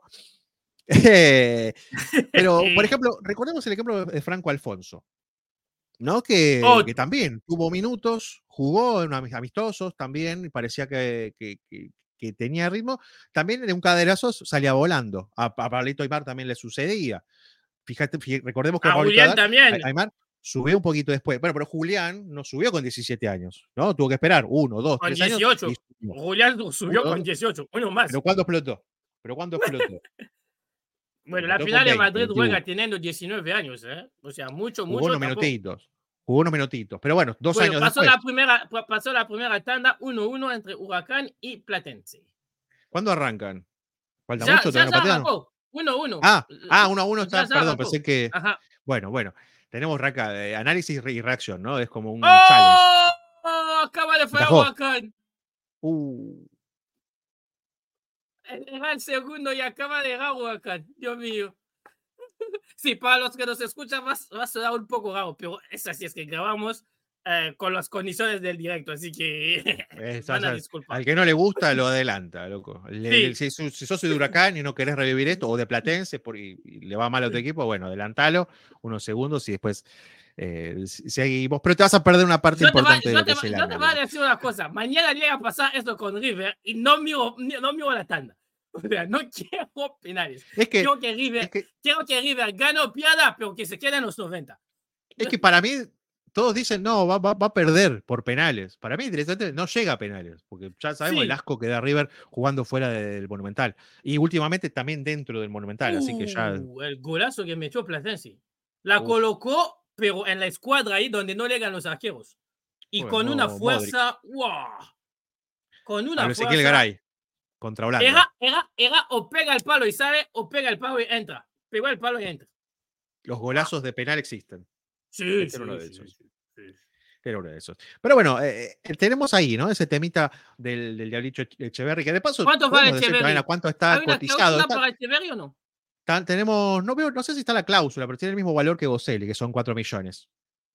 Pero, por ejemplo, recordemos el ejemplo de Franco Alfonso, ¿no? Que, Oh, que también tuvo minutos, jugó en amistosos también, y parecía que, que, que, que tenía ritmo. También de un caderazo salía volando. A, a Pablito Aymar también le sucedía. Fíjate, fíjate recordemos que a Pablito Julián también. Aymar subió un poquito después. Bueno, pero Julián no subió con diecisiete años, ¿no? Tuvo que esperar uno, dos, Con tres años y dieciocho. subió. Julián Uno, subió con dos, dieciocho. Uno más. pero ¿cuándo explotó? ¿Pero cuándo explotó? Bueno, la Explotó con final de veinte, Madrid veintiuno. juega teniendo diecinueve años, ¿eh? O sea, mucho, Jugó mucho unos tampoco. minutitos. Jugó unos minutitos. Pero bueno, dos Bueno, años pasó después. la primera, pasó la primera tanda uno uno entre Huracán y Platense. ¿Cuándo arrancan? ¿Falta Ya, mucho? ya ¿Todavía no se patearon? arrancó. uno uno. Ah, ah, uno a uno Ya está. se Perdón, pensé arrancó. que. Ajá. Bueno, bueno. Tenemos acá de análisis y reacción, ¿no? Es como un challenge. ¡Oh! ¡Oh! Acaba de fallar Encajó. Huracán. Uh. Era el segundo y acaba de errar Huracán. Dios mío. Sí, para los que nos escuchan va, va a sonar un poco raro, pero es así, es que grabamos eh, con las condiciones del directo, así que Es, van a al, disculpar. al que no le gusta, lo adelanta, loco. Le, le, Sí. si, si sos de Huracán y no querés revivir esto, o de Platense por, y, y le va mal a tu equipo, bueno, adelantalo unos segundos y después eh, seguimos. Pero te vas a perder una parte Yo te, va, importante de yo, lo te que va, es el yo te voy a análisis. decir una cosa. Mañana llega a pasar esto con River y no miro, no miro la tanda. O sea, no quiero penales. Es que, Quiero que River, es que, quiero que River gane o pierda, pero que se quede en los noventa. es que para mí todos dicen, no, va, va, va a perder por penales. Para mí, directamente, no llega a penales, porque ya sabemos el Sí. asco que da River jugando fuera del Monumental. Y últimamente también dentro del Monumental, así que ya... Uh, el golazo que metió Platense. La Uf, colocó, pero en la escuadra ahí donde no llegan los arqueros. Y con una bueno, Modric. fuerza, wow, con una Pablo Ezequiel fuerza. Garay contra Holanda. Era, era, era o pega el palo y sale, o pega el palo y entra. Pegó el palo y entra. Los Wow. golazos de penal existen. Sí, Este sí, era uno de sí, esos. sí, sí. Este era uno de esos. Pero bueno, eh, eh, tenemos ahí, ¿no? Ese temita del, del Diablito Echeverry, que de paso ¿Cuánto vale podemos decir también a Echeverry? cuánto está ¿Hay una cotizado. cláusula Está, para Echeverry o no? está, tenemos, no veo, no sé si está la cláusula, pero tiene el mismo valor que Boselli, que son cuatro millones.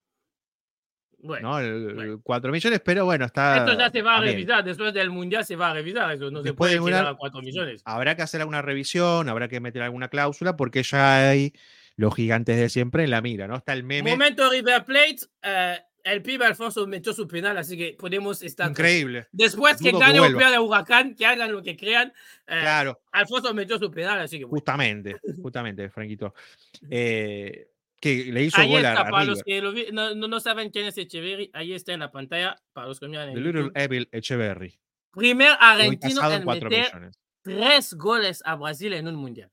Bueno, ¿No? bueno. cuatro millones, pero bueno, Esto está ya se va a también. revisar. Después del Mundial se va a revisar. Eso no se Después de puede quedar Mundial, a cuatro millones. habrá que hacer alguna revisión, habrá que meter alguna cláusula, porque ya hay los gigantes de siempre en la mira, ¿no? Está el meme. Momento River Plate, eh, el pibe Alfonso metió su penal, así que podemos estar Increíble. Después que Dudo que gane o vuelva. pierda Huracán, que hagan lo que crean. Eh, Claro. Alfonso metió su penal, así que bueno. Justamente, justamente, Franquito. Eh, que le hizo Ahí gol a, está, a para los River. que lo vi, no, no, no saben quién es Echeverry, ahí está en la pantalla, para los que miran en The Little YouTube. Evil Echeverry. Primer Hoy argentino tasado en en cuatro meter millones. tres goles a Brasil en un mundial.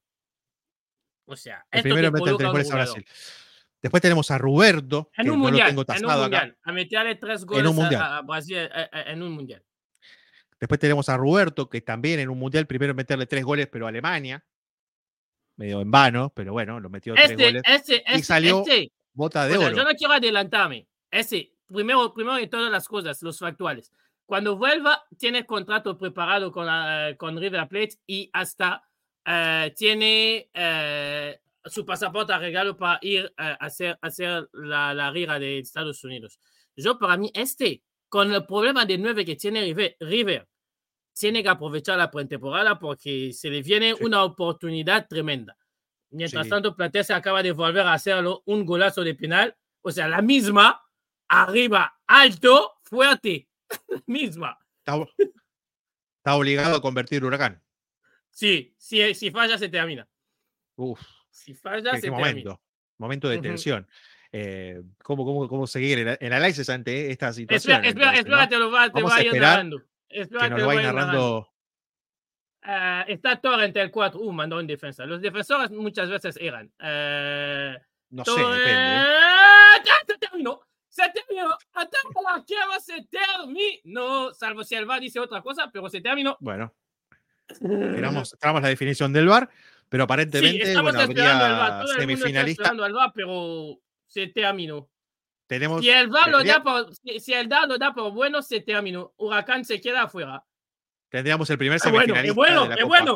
O sea, El esto primero te en meter coloca tres un goles a jugador. Brasil. Después tenemos a Roberto, En que un no lo mundial, tengo en un tasado acá. mundial, a meterle tres En un goles mundial. a, a Brasil a, a, en un mundial. Después tenemos a Roberto, que también en un mundial, primero en meterle tres goles, pero a Alemania. Medio en vano, pero bueno, lo metió tres Este, goles. este, Y este, salió este. bota de O sea, yo oro. no quiero adelantarme. Ese, primero, primero de todas las cosas, los factuales. Cuando vuelva, tiene contrato preparado con, uh, con River Plate y hasta uh, tiene uh, su pasaporte a regalo para ir uh, a hacer, hacer la, la Liga de Estados Unidos. Yo, para mí, este, con el problema de nueve que tiene River, River tiene que aprovechar la pretemporada porque se le viene sí. una oportunidad tremenda. Mientras sí. tanto, Platense acaba de volver a hacerlo un golazo de penal. O sea, la misma, arriba, alto, fuerte. misma. Está, está obligado a convertir Huracán. Sí, si, si falla, se termina. Uf. Si falla, qué, se qué termina. Momento, momento de uh-huh. tensión. Eh, ¿cómo, cómo, ¿Cómo seguir el, el análisis ante esta situación? Espera, espera, entonces, espera ¿no? te lo va, te Vamos va a a ir esperar narrando. Espera, que nos lo vaya narrando. Uh, está Torrent el cuatro. Uh, mandó en defensa. Los defensores muchas veces eran. Uh, no Torrent... sé, depende. ¿eh? Se terminó. Se terminó. Hasta la quiebra se terminó. Salvo si el V A R dice otra cosa, pero se terminó. Bueno. Esperamos, esperamos la definición del V A R, pero aparentemente, sí, estamos bueno, esperando al V A R. Todo semifinalista. El mundo está esperando al V A R, pero se terminó. Tenemos, si el V A R lo da por, si, si el V A R lo da por bueno, se terminó. Huracán se queda afuera. Tendríamos el primer semifinalista. Es bueno, de la es Copa. bueno,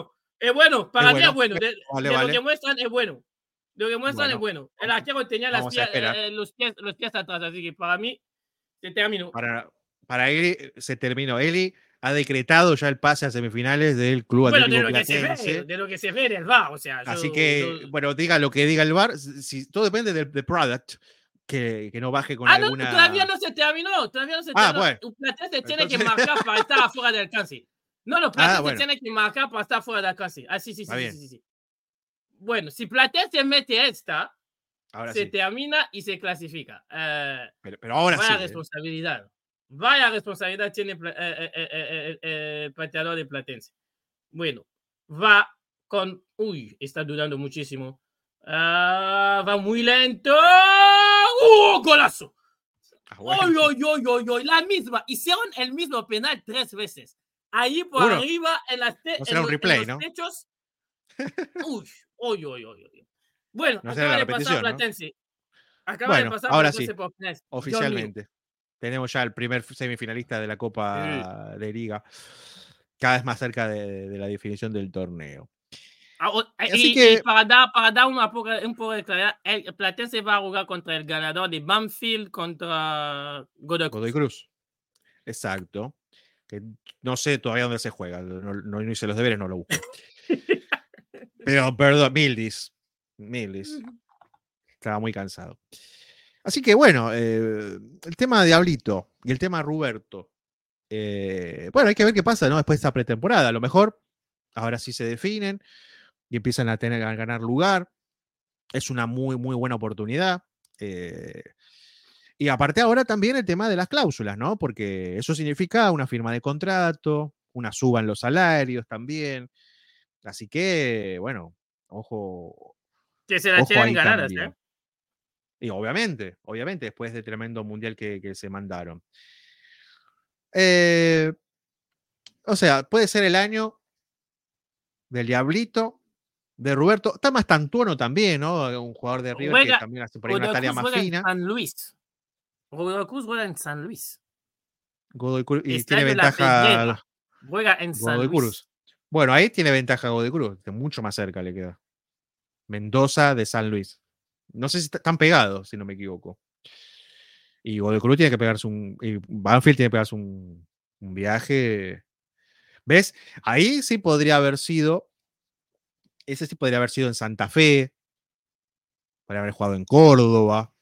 Es bueno, Es para mí es bueno. bueno. De, Vale, de lo que vale. muestran es bueno. De lo que muestran es Bueno, bueno. El arquero tenía las vamos a pies, esperar. eh, los, pies, los pies atrás, así que para mí se terminó. Para, para Eli se terminó. Eli ha decretado ya el pase a semifinales del Club Bueno, de Atlético lo que se ve, Platense. de lo que se ve en el V A R, o sea, Así yo, yo... que, bueno, diga lo que diga el V A R, si, todo depende del, del product, que, que no baje con Ah, no, todavía alguna. no se terminó, todavía no se Ah, terminó. bueno. Un Platense tiene que Entonces. marcar para estar afuera del alcance. No, no, Ah, Platense bueno. tiene que marcar para estar fuera del alcance. Ah, sí, sí, Está sí, sí, bien. sí, sí. Bueno, si Platense mete esta, Ahora se sí. termina y se clasifica. Eh, Pero, pero ahora vaya sí. responsabilidad. ¿eh? Vaya responsabilidad tiene el eh, eh, eh, eh, pateador de Platense. Bueno, va con... Uy, está dudando muchísimo. Uh, va muy lento. ¡Uh, golazo! Ah, ¡Oy, bueno. oy, oy, oy, oy! La misma. Hicieron el mismo penal tres veces. Ahí por Uno. arriba, en, las te No en, será un lo, en replay, los ¿no? techos. Uy, oy, oy, oy, oy. Bueno, No será acaba la de pasar repetición, ¿no? Platense. Acaba de Bueno, pasar ahora sí. Platense por Platense. Dios mío. Oficialmente. Tenemos ya el primer semifinalista de la Sí. Copa de Liga. Cada vez más cerca de, de la definición del torneo. Ah, Así y, y que. para dar, para dar una poca, un poco de claridad, el Platense va a jugar contra el ganador de Banfield contra Godoy Cruz. Godoy Cruz. Exacto. Que no sé todavía dónde se juega. No, no, no hice los deberes, no lo busqué. Pero, perdón, Mildis. Mildis. Estaba muy cansado. Así que bueno, eh, el tema de Diablito y el tema Roberto. Eh, bueno, hay que ver qué pasa, ¿no? Después de esta pretemporada. A lo mejor ahora sí se definen y empiezan a tener a ganar lugar. Es una muy, muy buena oportunidad. Eh, y aparte ahora también el tema de las cláusulas, ¿no? Porque eso significa una firma de contrato, una suba en los salarios también. Así que, bueno, ojo, Que se la ojo tienen ahí ganadas, ¿eh? también. Y obviamente, obviamente, después de tremendo mundial que, que se mandaron. Eh, o sea, puede ser el año del Diablito, de Roberto. Está más Tantuono también, ¿no? Un jugador de River que Juega, también hace por ahí una Godoy tarea Cruz más juega en fina. San Luis. Godoy Cruz juega en San Luis. Godoy Cruz, y tiene Estadio La ventaja Pedrera. Juega en San Godoy Luis. Cruz. Bueno, ahí tiene ventaja Godoy Cruz, que mucho más cerca le queda. Mendoza de San Luis. No sé si están pegados, si no me equivoco. Y Godoy Cruz tiene que pegarse un. Y Banfield tiene que pegarse un, un viaje. ¿Ves? Ahí sí podría haber sido. Ese sí podría haber sido en Santa Fe. Podría haber jugado en Córdoba.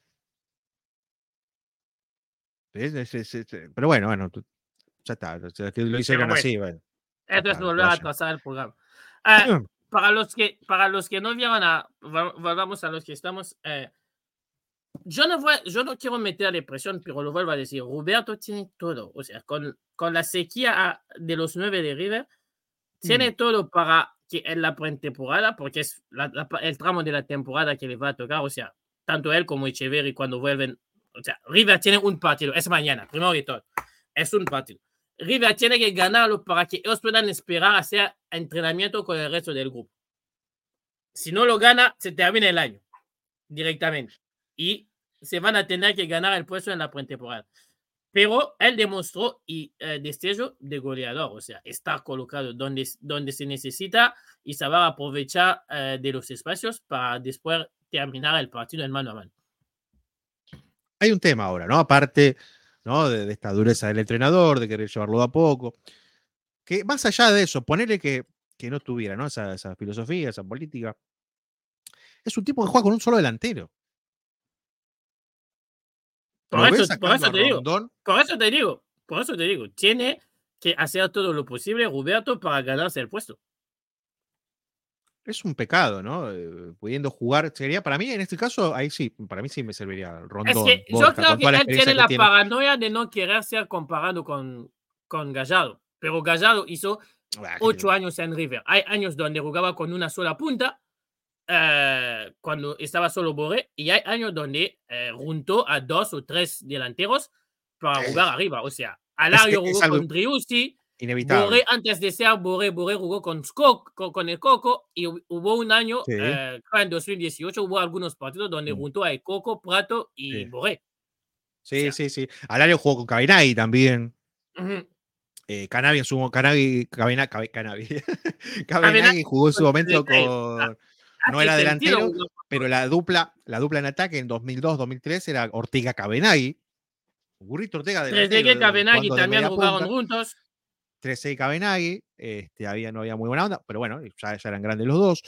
¿Ves? Ese, ese, ese. Pero bueno, bueno, ya está. Lo hicieron Pero bueno, así, bueno. esto es Está, volver a trazar el programa. Eh, para, los que, para los que no vieron a. Volvamos a los que estamos. Eh, yo, no voy, yo no quiero meterle presión, pero lo vuelvo a decir. Roberto tiene todo. O sea, con, con la sequía de los nueve de River, tiene mm. todo para que en la pretemporada, porque es la, la, el tramo de la temporada que le va a tocar. O sea, tanto él como Echeverri cuando vuelven. O sea, River tiene un partido. Es mañana, primero de todo. Es un partido. River tiene que ganarlo para que ellos puedan esperar hacer entrenamiento con el resto del grupo. Si no lo gana, se termina el año directamente. Y se van a tener que ganar el puesto en la pretemporada. Pero él demostró y eh, destello de goleador, o sea, estar colocado donde, donde se necesita y saber aprovechar eh, de los espacios para después terminar el partido en mano a mano. Hay un tema ahora, ¿no? Aparte, ¿no? De, de esta dureza del entrenador, de querer llevarlo a poco. Que más allá de eso, ponerle que, que no tuviera, ¿no? Esa, esa filosofía, esa política. Es un tipo que juega con un solo delantero. Por eso, por eso te digo, por eso te digo, por eso te digo, tiene que hacer todo lo posible Roberto para ganarse el puesto. Es un pecado, ¿no? Eh, pudiendo jugar, sería para mí en este caso, ahí sí, para mí sí me serviría Rondón. Es que Borja, yo creo que la él tiene que la tiene. paranoia de no querer ser comparado con, con Gallardo, pero Gallardo hizo ah, ocho años en River. Hay años donde jugaba con una sola punta, eh, cuando estaba solo Borré, y hay años donde eh, juntó a dos o tres delanteros para jugar eh, arriba. O sea, Alario jugó con Driussi, Borré antes de ser Borré, Borré jugó con, Skok, con, con el Coco, y hubo un año, sí. eh, en dos mil dieciocho, hubo algunos partidos donde mm. juntó a el Coco, Prato y sí. Borré. Sí, o sea, sí, sí. Alario jugó con Cabinay también. Uh -huh. Eh, Canavi en su Canavi, Cabena, Cabe- Canavi. Cabenagui, Cabenagui jugó en su pues, momento ha con. No hace era sentido delantero, uno pero la dupla, la dupla en ataque en dos mil dos, dos mil tres era Ortega Cabenagui. Burrito Ortega delantero, Trezeguet, de- Cabenagui jugando de también media jugaron punta. juntos. Trezeguet y Cabenagui. Este, había, no había muy buena onda, pero bueno, ya, ya eran grandes los dos.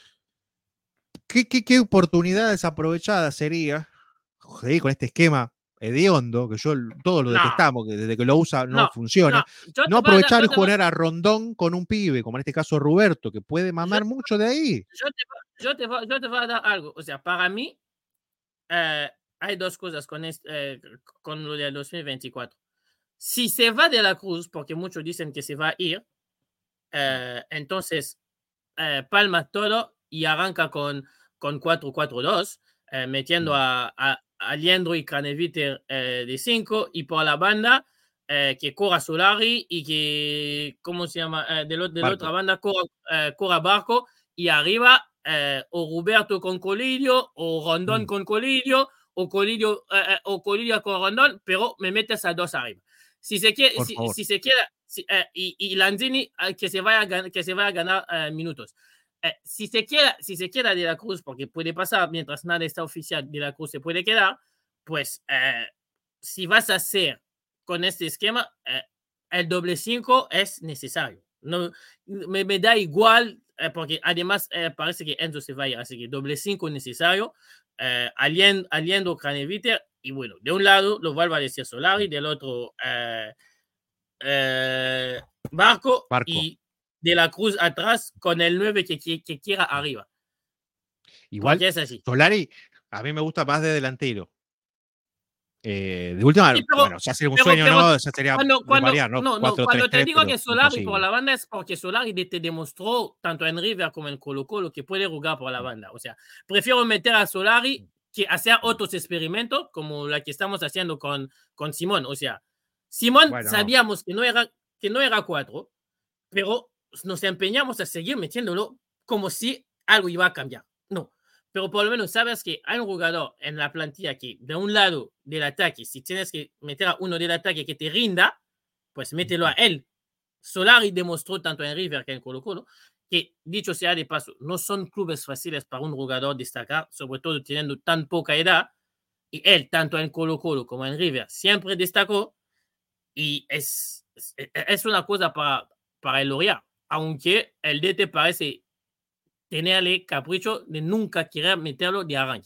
¿Qué, qué, qué oportunidad desaprovechada sería seguir con este esquema hediondo, que yo todos lo No, detestamos, que desde que lo usa no no, no, funciona? yo No te voy a dar, aprovechar y yo te voy, jugar a Rondón con un pibe, como en este caso Roberto, que puede yo, mamar mucho de ahí. yo te, yo, te voy, yo te voy a dar algo. O sea, para mí, eh, hay dos cosas con, este, eh, con lo del dos mil veinticuatro. Si se va de la Cruz, porque muchos dicen que se va a ir, eh, entonces eh, palma todo y arranca con, con cuatro cuatro dos, eh, metiendo a, a, a Liendro y Craneviter eh, de cinco, y por la banda eh, que corra Solari y que, ¿cómo se llama? Eh, de, lo, de la otra banda corra, eh, corra Barco, y arriba eh, o Roberto con Colidio, o Rondón Mm. con Colidio, o Colidio, eh, o Colidio con Rondón, pero me metes a dos arriba. Si se quiere, Por si, favor. si se quiere, si, eh, y, y, Lanzini eh, que, se vaya a, que se vaya a ganar eh, minutos. Eh, si, se queda, si se queda de la Cruz, porque puede pasar mientras nada está oficial, de la Cruz se puede quedar, pues eh, si vas a hacer con este esquema, eh, el doble cinco es necesario. No, me, me da igual, eh, porque además eh, parece que Enzo se vaya, así que doble cinco es necesario, eh, aliendo, aliendo Craneviter, y bueno, de un lado lo vuelvo a decir Solari, del otro eh, eh, Barco, Barco. y de la Cruz atrás con el nueve que, que, que quiera arriba. Igual, porque es así. Solari, a mí me gusta más de delantero. Eh, de última, Sí, pero, bueno, ya sería un pero, sueño, pero ¿no? Ya sería cuando, de cuando, variar, ¿no? no, no, cuatro tres cuando te tres, digo pero que Solari por imposible. la banda es porque Solari te demostró, tanto en River como en Colo Colo, que puede jugar por la banda. O sea, prefiero meter a Solari que hacer otros experimentos como la que estamos haciendo con, con Simón. O sea, Simón Bueno, no. sabíamos que no era, que no era cuatro, pero nos empeñamos a seguir metiéndolo como si algo iba a cambiar. No, pero por lo menos sabes que hay un jugador en la plantilla que de un lado del ataque, si tienes que meter a uno del ataque que te rinda, pues mételo a él. Solari demostró tanto en River que en Colo Colo que, dicho sea de paso, no son clubes fáciles para un jugador destacar, sobre todo teniendo tan poca edad, y él, tanto en Colo Colo como en River, siempre destacó, y es, es una cosa para, para elogiar, aunque el D T parece tenerle capricho de nunca querer meterlo de arranque.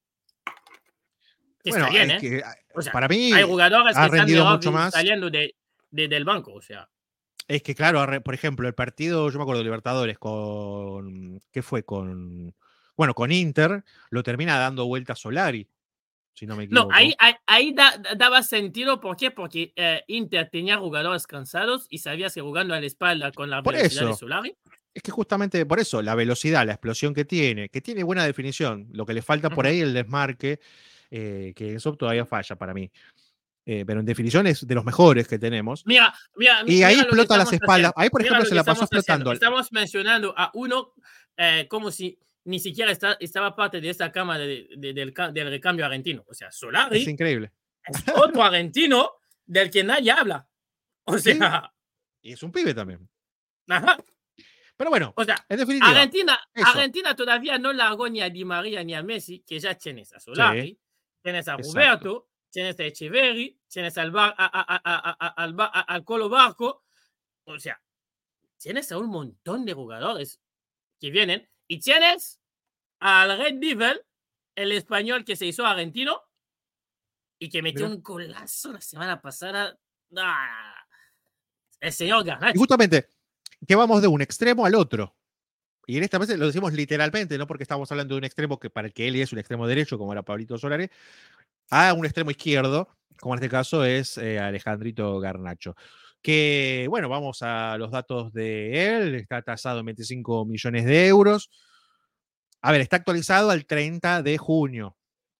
Que está Bueno, bien, es ¿eh? que O sea, para mí hay jugadores que ha están rendido mejor mucho más. saliendo de, de, del banco, o sea. Es que, claro, por ejemplo, el partido, yo me acuerdo de Libertadores con. ¿Qué fue? Con. Bueno, con Inter, lo termina dando vuelta Solari, si no me No, ahí, equivoco. ahí, ahí da, daba sentido. ¿Por qué? Porque eh, Inter tenía jugadores cansados y sabías que jugando a la espalda con la Por velocidad de eso, Solari. es que justamente por eso, la velocidad, la explosión que tiene, que tiene buena definición, lo que le falta por Uh-huh. ahí el desmarque, eh, que eso todavía falla para mí. Eh, pero en definición es de los mejores que tenemos. Mira, mira, Y ahí mira lo que explota las estamos espaldas. haciendo. Ahí, por Mira ejemplo, lo se que la pasó estamos haciendo. explotando. Estamos mencionando a uno eh, como si ni siquiera está, estaba parte de esta cama de, de, del, del recambio argentino. O sea, Es Solari increíble. es otro argentino del que nadie habla. O Sí, sea, y es un pibe también. ajá. Pero bueno, O sea, en definitiva, Argentina, eso. Argentina todavía no largó ni a Di María ni a Messi, que ya tienes a Sí, Solari, tienes a exacto. Roberto, tienes a Echeverri, tienes al, bar, a, a, a, a, a, al Colo Barco. O sea, tienes a un montón de jugadores que vienen, y tienes al Red Devil, el español que se hizo argentino y que metió Mira. un golazo la semana pasada. ¡Ah! El señor Y Garnacho. justamente, que vamos de un extremo al otro. Y en esta vez lo decimos literalmente, no porque estamos hablando de un extremo que para el que él es un extremo derecho, como era Pablito Solari, a un extremo izquierdo, como en este caso es eh, Alejandrito Garnacho. Que, bueno, vamos a los datos de él. Está tasado en veinticinco millones de euros. A ver, está actualizado al treinta de junio.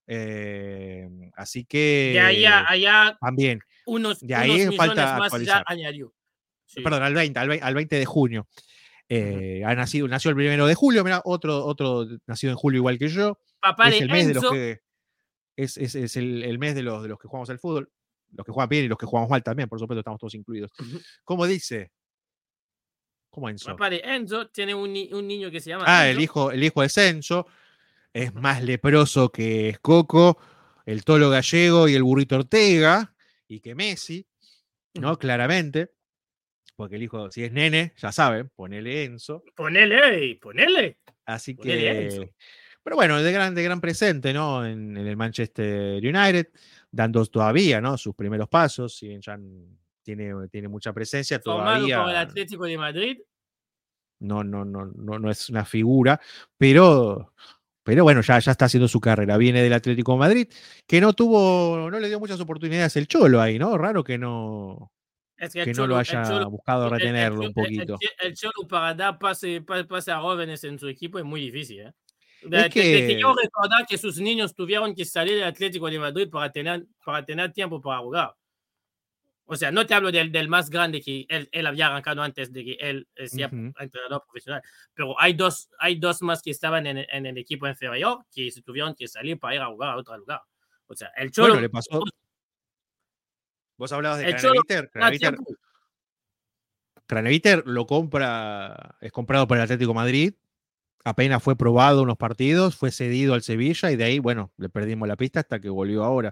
Eh, así De allá, que allá también, unos, de unos ahí millones falta más ya actualizar. añadió. Sí. Perdón, al veinte, al veinte, al veinte de junio. Eh, uh-huh. ha nacido, nació el primero de julio, mira, otro, otro nacido en julio igual que yo. Papá Es de el mes Enzo. de los que. Es, es, es el, el, mes de los, de los que jugamos al fútbol. los que juegan bien y los que jugamos mal también, por supuesto, estamos todos incluidos. Ujú. ¿Cómo dice? ¿Cómo Enzo? Papá de Enzo tiene un, ni- un niño que se llama Ah, el Enzo. hijo, el hijo de Enzo es Ujú. más leproso que Coco, el Tolo Gallego y el Burrito Ortega, y que Messi, ¿no? Ujú. Claramente, porque el hijo, si es nene, ya saben, ponele Enzo. Ponele, ponele, Así ponele Enzo. que, pero bueno, de gran, de gran presente, ¿no? En, en el Manchester United, dando todavía, ¿no? Sus primeros pasos, si bien ya tiene, tiene mucha presencia, Formado por el todavía Atlético de Madrid. no, no, no, no, no es una figura, pero, pero bueno, ya, ya está haciendo su carrera. Viene del Atlético de Madrid, que no tuvo, no le dio muchas oportunidades el Cholo ahí, ¿no? Raro que no, Es que el que no lo Cholo, el haya Cholo, buscado el, el, retenerlo Cho- un el- el poquito. Che- el Cholo para dar pase, pa- pase a jóvenes en su equipo es muy difícil, ¿eh? Es De, de- de que yo que, recordar que sus niños tuvieron que salir del Atlético de Madrid para tener, para tener tiempo para jugar. O sea, no te hablo del, del más grande que él, él había arrancado antes de que él eh, sea ujú. entrenador profesional, pero hay dos, hay dos más que estaban en, en el equipo inferior que se tuvieron que salir para ir a jugar a otro lugar. O sea, el Bueno, le Cholo, pasó, vos hablabas de el Cholo Craneviter, da Craneviter, tiempo. Craneviter lo compra, es comprado por el Atlético de Madrid, apenas fue probado unos partidos, fue cedido al Sevilla y de ahí, bueno, le perdimos la pista hasta que volvió ahora.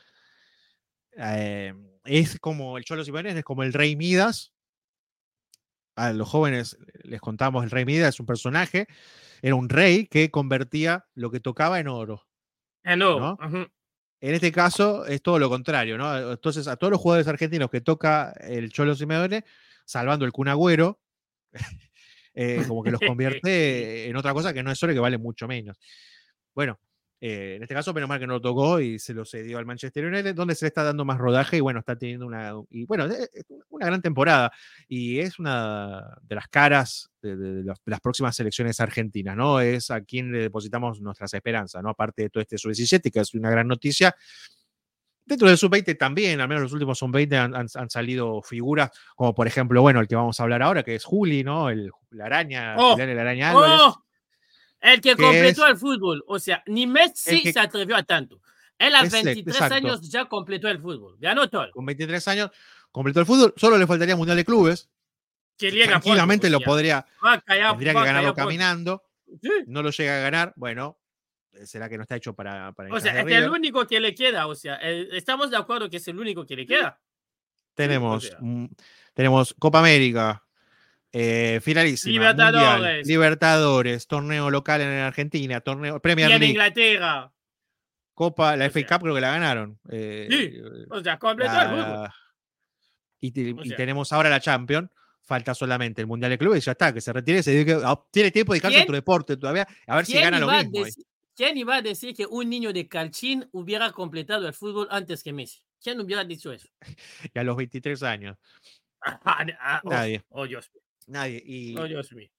Eh, es como el Cholo Simeone, es como el Rey Midas. A los jóvenes les contamos, el Rey Midas es un personaje, era un rey que convertía lo que tocaba en oro, Eh, no, ¿no? uh-huh. En este caso es todo lo contrario, ¿no? Entonces, a todos los jugadores argentinos que toca el Cholo Simeone, salvando el Kun Agüero, eh, como que los convierte en otra cosa que no es oro y que vale mucho menos. Bueno, eh, en este caso, menos mal que no lo tocó y se lo cedió al Manchester United, donde se le está dando más rodaje y bueno, está teniendo una, y bueno, es una gran temporada y es una de las caras de, de, de, los, de las próximas selecciones argentinas, ¿no? Es a quien le depositamos nuestras esperanzas, ¿no? Aparte de todo este sub diecisiete, que es una gran noticia. Dentro del sub veinte también, al menos los últimos sub veinte han, han, han, salido figuras, como por ejemplo, bueno, el que vamos a hablar ahora, que es Juli, ¿no? El, la araña, Oh, Julián el Araña Álvarez. oh, el que Que completó es el fútbol. O sea, ni el Messi que se atrevió a tanto. Él a es veintitrés exacto. años ya completó el fútbol. Ganó todo. Con veintitrés años, completó el fútbol, solo le faltaría Mundial de Clubes, Que que llega pronto. O tranquilamente lo sea, podría, va a callar, tendría que va a ganarlo callar pronto. caminando, Sí. no lo llega a ganar, bueno, será que no está hecho para, para O hinchas sea, de es el River. único que le queda. O sea, el, estamos de acuerdo que es el único que le queda. Tenemos, Sí, o sea, mm, tenemos Copa América, eh, finalísima, Mundial, Libertadores. Libertadores, torneo local en Argentina, torneo Y Premier en League, Inglaterra. Copa, la O F A sea, Cup creo que la ganaron. sí. Eh, O sea, completó el fútbol. la, y, te, O y, sea, tenemos ahora la Champions. Falta solamente el Mundial de Clubes y ya está, que se retire, se dedique, tiene tiempo de dedicarse a ¿quién, otro deporte todavía, a ver si quién, gana lo iba a mismo. decir, ¿quién iba a decir que un niño de Calchín hubiera completado el fútbol antes que Messi? ¿Quién hubiera dicho eso? Y a los veintitrés años. Ah, ah, oh, Nadie. oh, Dios mío. Nadie. Y, Oh, Dios mío.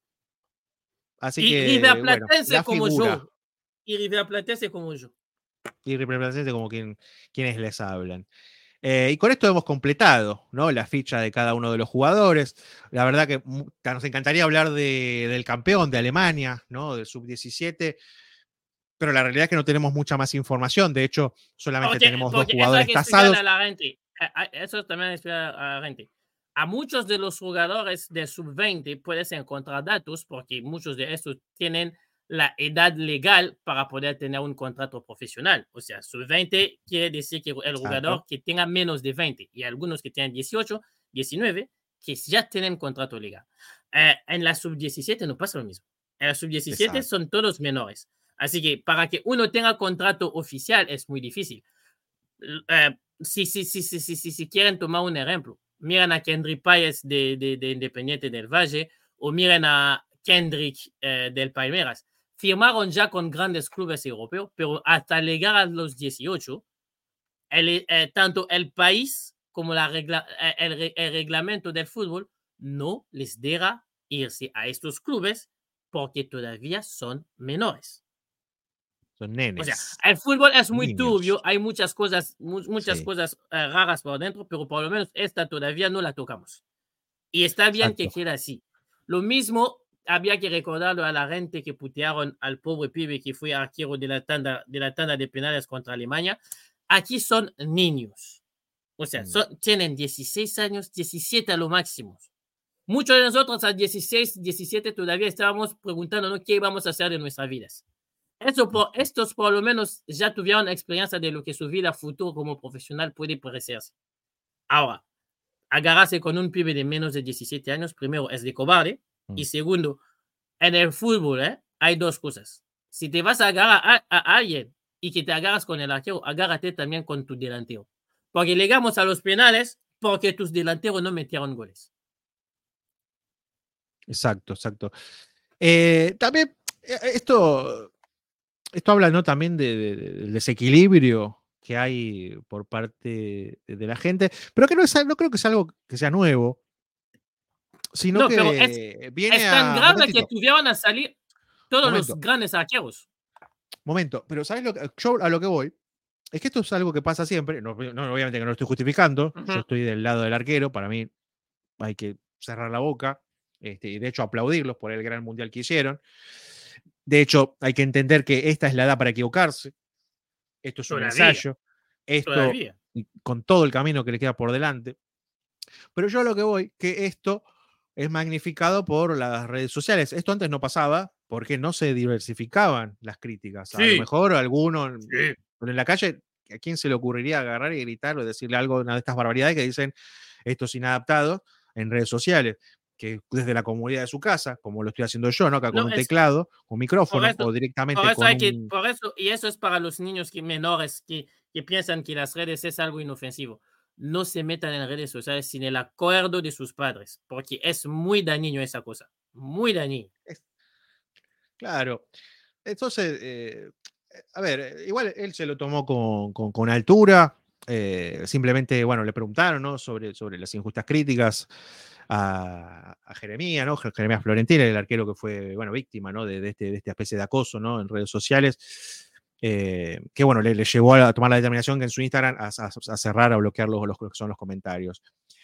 así Y que, bueno, Riverplatense la como figura. yo. Y Riverplatense como yo. Y representante como quien, quienes les hablan. Eh, y con esto hemos completado, ¿no? La ficha de cada uno de los jugadores. La verdad que nos encantaría hablar de, del campeón de Alemania, ¿no? Del sub diecisiete, pero la realidad es que no tenemos mucha más información. De hecho, solamente Porque, tenemos dos porque eso hay jugadores que explicarle a tasados. la gente. Eso también explicar a la gente. A muchos de los jugadores de sub veinte puedes encontrar datos porque muchos de estos tienen la edad legal para poder tener un contrato profesional. O sea, sub veinte quiere decir que el jugador Exacto. que tenga menos de veinte y algunos que tienen dieciocho, diecinueve, que ya tienen contrato legal. Eh, en la sub diecisiete no pasa lo mismo. En la sub diecisiete Exacto. son todos menores. Así que para que uno tenga contrato oficial es muy difícil. Eh, si, si, si, si, si, si, si quieren tomar un ejemplo, miren a Kendrick Páez de, de, de Independiente del Valle o miren a Kendrick eh, del Palmeiras. Firmaron ya con grandes clubes europeos, pero hasta llegar a los dieciocho, el, eh, tanto el país como la regla, eh, el, el reglamento del fútbol no les deja irse a estos clubes porque todavía son menores. Son O sea, nenes. el fútbol es muy Niños. turbio, hay muchas cosas, mu muchas Sí. cosas eh, raras por dentro, pero por lo menos esta todavía no la tocamos. Y está bien Exacto. que quede así. Lo mismo había que recordarlo a la gente que putearon al pobre pibe que fue arquero de la tanda de, la tanda de penales contra Alemania. Aquí son niños. O sea, Mm. son, tienen dieciséis años, diecisiete a lo máximo. Muchos de nosotros a dieciséis, diecisiete todavía estábamos preguntándonos qué íbamos a hacer de nuestras vidas. Eso por, estos por lo menos ya tuvieron experiencia de lo que su vida futuro como profesional puede parecerse. Ahora, agarrarse con un pibe de menos de diecisiete años, primero, es de cobarde. Mm. Y segundo, en el fútbol ¿eh? hay dos cosas. Si te vas a agarrar a, a alguien y que te agarras con el arquero, agárrate también con tu delantero. Porque llegamos a los penales porque tus delanteros no metieron goles. Exacto, exacto. Eh, también, eh, esto, esto habla, ¿no? También de, de- de- del desequilibrio que hay por parte de, de la gente, pero que no, es, no creo que sea algo que sea nuevo, sino No, pero es, que viene es tan a... grave que Momentito, tuvieron a salir todos los momento, grandes arqueros. momento, pero ¿sabes lo que, yo a lo que voy? Es que esto es algo que pasa siempre, no, no, obviamente que no lo estoy justificando, Uh yo -huh. estoy del lado del arquero, para mí hay que cerrar la boca, este, y de hecho aplaudirlos por el gran mundial que hicieron. De hecho, hay que entender que esta es la edad para equivocarse, esto es un Todavía, ensayo, esto todavía. con todo el camino que le queda por delante. Pero yo a lo que voy, que esto es magnificado por las redes sociales. Esto antes no pasaba porque no se diversificaban las críticas. A lo Sí, mejor alguno en sí. en la calle, ¿a quién se le ocurriría agarrar y gritar o decirle algo, una de estas barbaridades que dicen estos inadaptados en redes sociales? Que desde la comodidad de su casa, como lo estoy haciendo yo, ¿no? Acá con No, un es teclado, un por micrófono o eso, por directamente eso con hay que, un... por eso, y eso es para los niños que, menores que, que piensan que las redes es algo inofensivo. No se metan en redes sociales sin el acuerdo de sus padres, porque es muy dañino esa cosa, muy dañino. es- Claro. Entonces, eh, a ver, eh, igual él se lo tomó con, con- con altura. Eh, simplemente, bueno, le preguntaron, ¿no? sobre, sobre las injustas críticas a, a Jeremías, ¿no? Je- Jeremías Florentín, el arquero que fue, bueno, víctima, ¿no? de, de este, de esta especie de acoso, ¿no? En redes sociales. Eh, que, bueno, le, le llevó a tomar la determinación que en su Instagram a, a- a cerrar, a bloquear los, los, los que son los comentarios.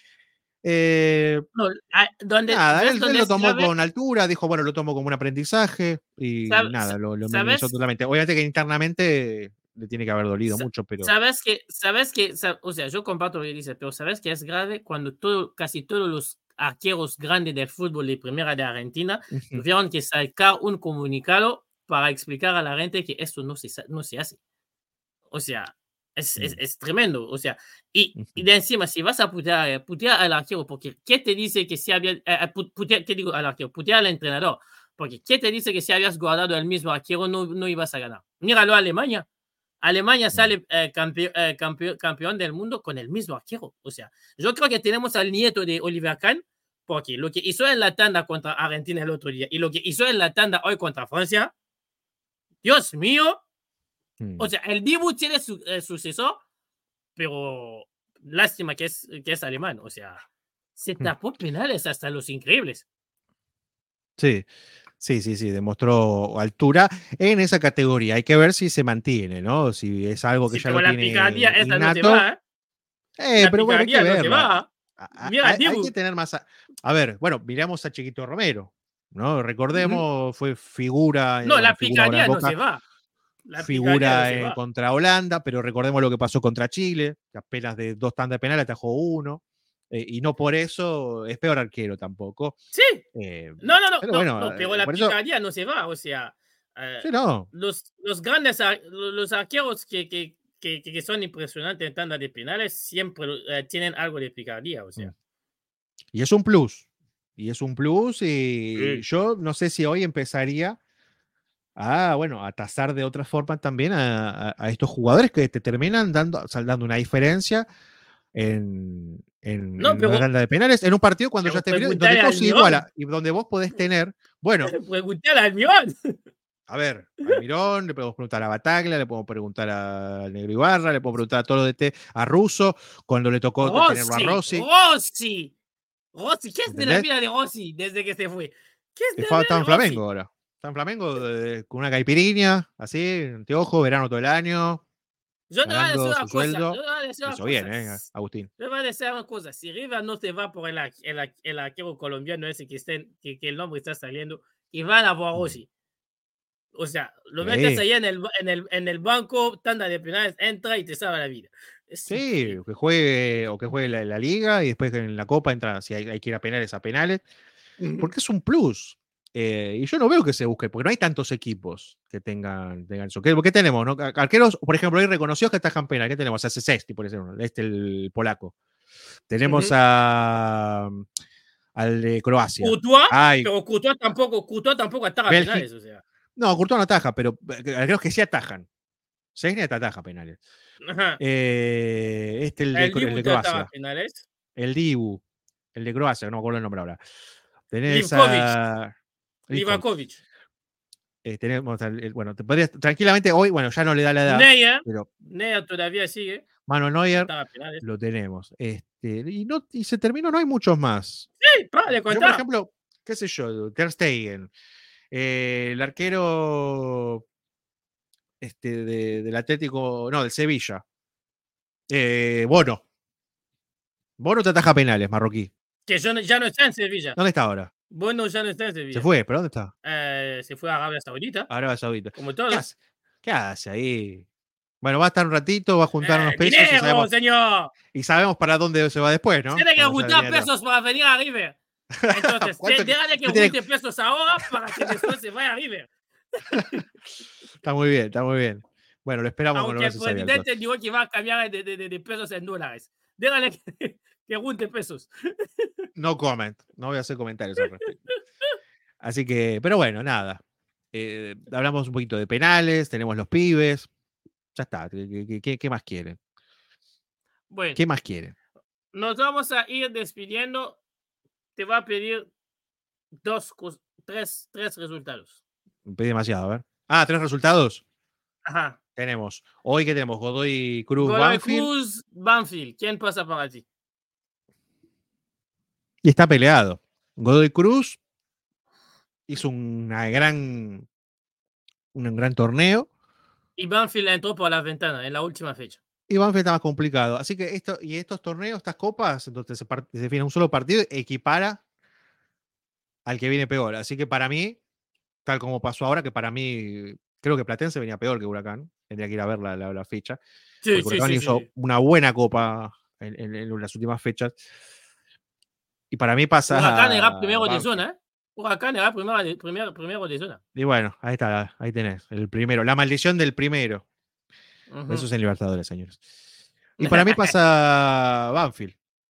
Eh, No, ah, donde, Nada, ¿ves él, él dónde lo es tomó grave? con altura, dijo, bueno, lo tomo como un aprendizaje y Sab- nada, sa- lo, lo minimizó ¿Sabes? totalmente. Obviamente que internamente le tiene que haber dolido Sa- mucho, pero... Sabes que, sabes que, sa- o sea, yo comparto lo que dice, pero sabes que es grave cuando todo, casi todos los arqueros grandes del fútbol de primera de Argentina Ujú, tuvieron que sacar un comunicado para explicar a la gente que esto no se, sa- no se hace. O sea, es, es, mm, es tremendo. O sea, y, y ujú, de encima, si vas a putear, eh, putear al arquero, porque ¿qué te dice que si había, eh, eh, pu- putear, ¿qué digo al arquero? Putear al entrenador, porque ¿qué te dice que si habías guardado el mismo arquero no, no ibas a ganar? Míralo a Alemania. Alemania mm. sale eh, campeón, eh, campeón, campeón del mundo con el mismo arquero. O sea, yo creo que tenemos al nieto de Oliver Kahn, porque lo que hizo en la tanda contra Argentina el otro día y lo que hizo en la tanda hoy contra Francia, Dios mío. O Mm. sea, el Dibu tiene su eh, sucesor, pero lástima que es, que es alemán. O sea, se Mm. tapó penales hasta los increíbles. Sí, sí, sí, sí, demostró altura en esa categoría. Hay que ver si se mantiene, ¿no? Si es algo que Sí, ya pero lo la picardía tiene esa no se innato. va, ¿eh? Eh, La pero bueno, hay que picardía no se verlo. va. A- Mira, a- Hay que Dibu. tener más. A, a ver, bueno, miramos a Chiquito Romero, ¿no? Ujú. Recordemos, fue figura, eh, No, bueno, la figura ahora en picardía no Boca, se va. La picardía no figura se eh, va. contra Holanda, pero recordemos lo que pasó contra Chile, que apenas de dos tandas de penal atajó uno, eh, y no por eso es peor arquero tampoco. Sí. Eh, No, no, no, pero no, bueno, no, pero eh, la por eso, picardía no se va. O sea, eh, sí, no. los, los grandes, ar- los arqueros que, que, que, que son impresionantes en tanda de penales siempre eh, tienen algo de picardía. O Mm. sea, Y es un plus. Y es un plus, y sí. yo no sé si hoy empezaría a, bueno, a tasar de otra forma también a, a- a estos jugadores que te terminan dando, o sea, dando una diferencia en, en, No, en una pero, tanda de penales, en un partido cuando ya pero esté definido, donde preguntarle todo al se iguala Mirón. y donde vos podés tener, bueno, Preguntarle al Mirón. a ver, Almirón, le podemos preguntar a Bataglia, le podemos preguntar a Negro Ibarra, le podemos preguntar a todo lo de T, a Russo, cuando le tocó tenerlo a Rossi, Rossi, Rossi. Rossi, ¿qué es de la ¿entendés? vida de Rossi desde que se fue? ¿Qué es de la Está vida está de en Flamengo Rossi? ahora. Está en Flamengo eh, con una caipirinha, así, anteojo, verano todo el año, Yo te voy a decir ganando una su cosa, yo sueldo. te voy a decir Lo una hizo bien, cosa. ¿eh, Agustín? Yo te voy a decir una cosa. Si River no se va por el, ar- el, ar- el arquero colombiano ese que, estén, que, que el nombre está saliendo, y van a por Mm. Rossi. O sea, lo metes Sí. ahí en el, en el, en el banco, tanda de penales, entra y te salva la vida. Es Sí, increíble. o que juegue, o que juegue la, la liga y después en la copa entra, si hay, hay que ir a penales, a penales, Ujú, porque es un plus. Eh, y yo no veo que se busque, porque no hay tantos equipos que tengan, tengan eso. ¿Qué, qué tenemos? ¿No? Arqueros, por ejemplo, hay reconocidos que atajan penal. ¿Qué tenemos? A Cesesti, por ejemplo, este el polaco. Tenemos ujú. a, al de Croacia. Courtois, Ay, pero Courtois tampoco, Courtois tampoco ataja Bélgica. penales, o sea. No, Courtois no ataja, pero arqueros que sí atajan. Cesni te ataja penales. Ajá. Eh, este, el de, El el Dibu de te ataja Croacia. penales. El Dibu. El de Croacia, no me acuerdo el nombre ahora. Tenés Livkovic, a Livkovic. Livakovic. Eh, tenemos, el, el, bueno, te podrías, tranquilamente hoy, bueno, ya no le da la edad, Neuer, pero Neuer todavía sigue, Manuel Neuer ataja penales. lo tenemos. Este, y, no, y se terminó, no hay muchos más. Sí, para de Yo, por contar. ejemplo, qué sé yo, Ter Stegen, eh, el arquero este, de, del Atlético, no, del Sevilla, eh, Bono. Bono te ataja penales, marroquí. Que ya no, ya no está en Sevilla. ¿Dónde está ahora? Bueno, ya no está en Se Sevilla. fue, pero ¿dónde está? Eh, se fue a Arabia Saudita, Arabia Saudita. como ¿Qué todos. hace? ¿Qué hace ahí? Bueno, va a estar un ratito, va a juntar unos Eh, pesos y ¡Dinero, sabemos, señor! y sabemos para dónde se va después, ¿no? Tiene que Cuando ya el juntar dinero. pesos para venir a River. Entonces, ¿Cuánto que- déjale que usted tiene- junte pesos ahora para que después se vaya a River. Está muy bien, está muy bien. Bueno, lo esperamos con los Aunque el brazos abiertos. presidente dijo que va a cambiar de, de, de pesos en dólares. Déjale que, que junte pesos. No comment, no voy a hacer comentarios al respecto. Así que, pero bueno, nada. Eh, hablamos un poquito de penales, tenemos los pibes. Ya está. ¿Qué, qué, qué más quieren? Bueno, ¿Qué más quieren? nos vamos a ir despidiendo. Te va a pedir dos, tres, tres resultados. Me pedí demasiado, a ver. Ah, tres resultados. Ajá. Tenemos. Hoy que tenemos Godoy Cruz Godoy Banfield. Cruz, Banfield. ¿Quién pasa para ti? Y está peleado. Godoy Cruz hizo una gran, un gran torneo. Y Banfield entró por la ventana en la última fecha. Y Banfield está más complicado. Así que esto, y estos torneos, estas copas, entonces se, part- se define un solo partido, equipara al que viene peor. Así que para mí, tal como pasó ahora, que para mí creo que Platense venía peor que Huracán. Tendría que ir a ver la, la, la ficha. Sí, Porque sí, Huracán sí, sí, hizo sí. una buena copa en, en- en las últimas fechas. Y para mí pasa Huracán era a primero de Banfield. zona, ¿eh? Huracán era primero de, primero, primero de zona. Y bueno, ahí está, ahí tenés, el primero. La maldición del primero. Eso Ujú. es en Libertadores, señores. Y para mí pasa Banfield.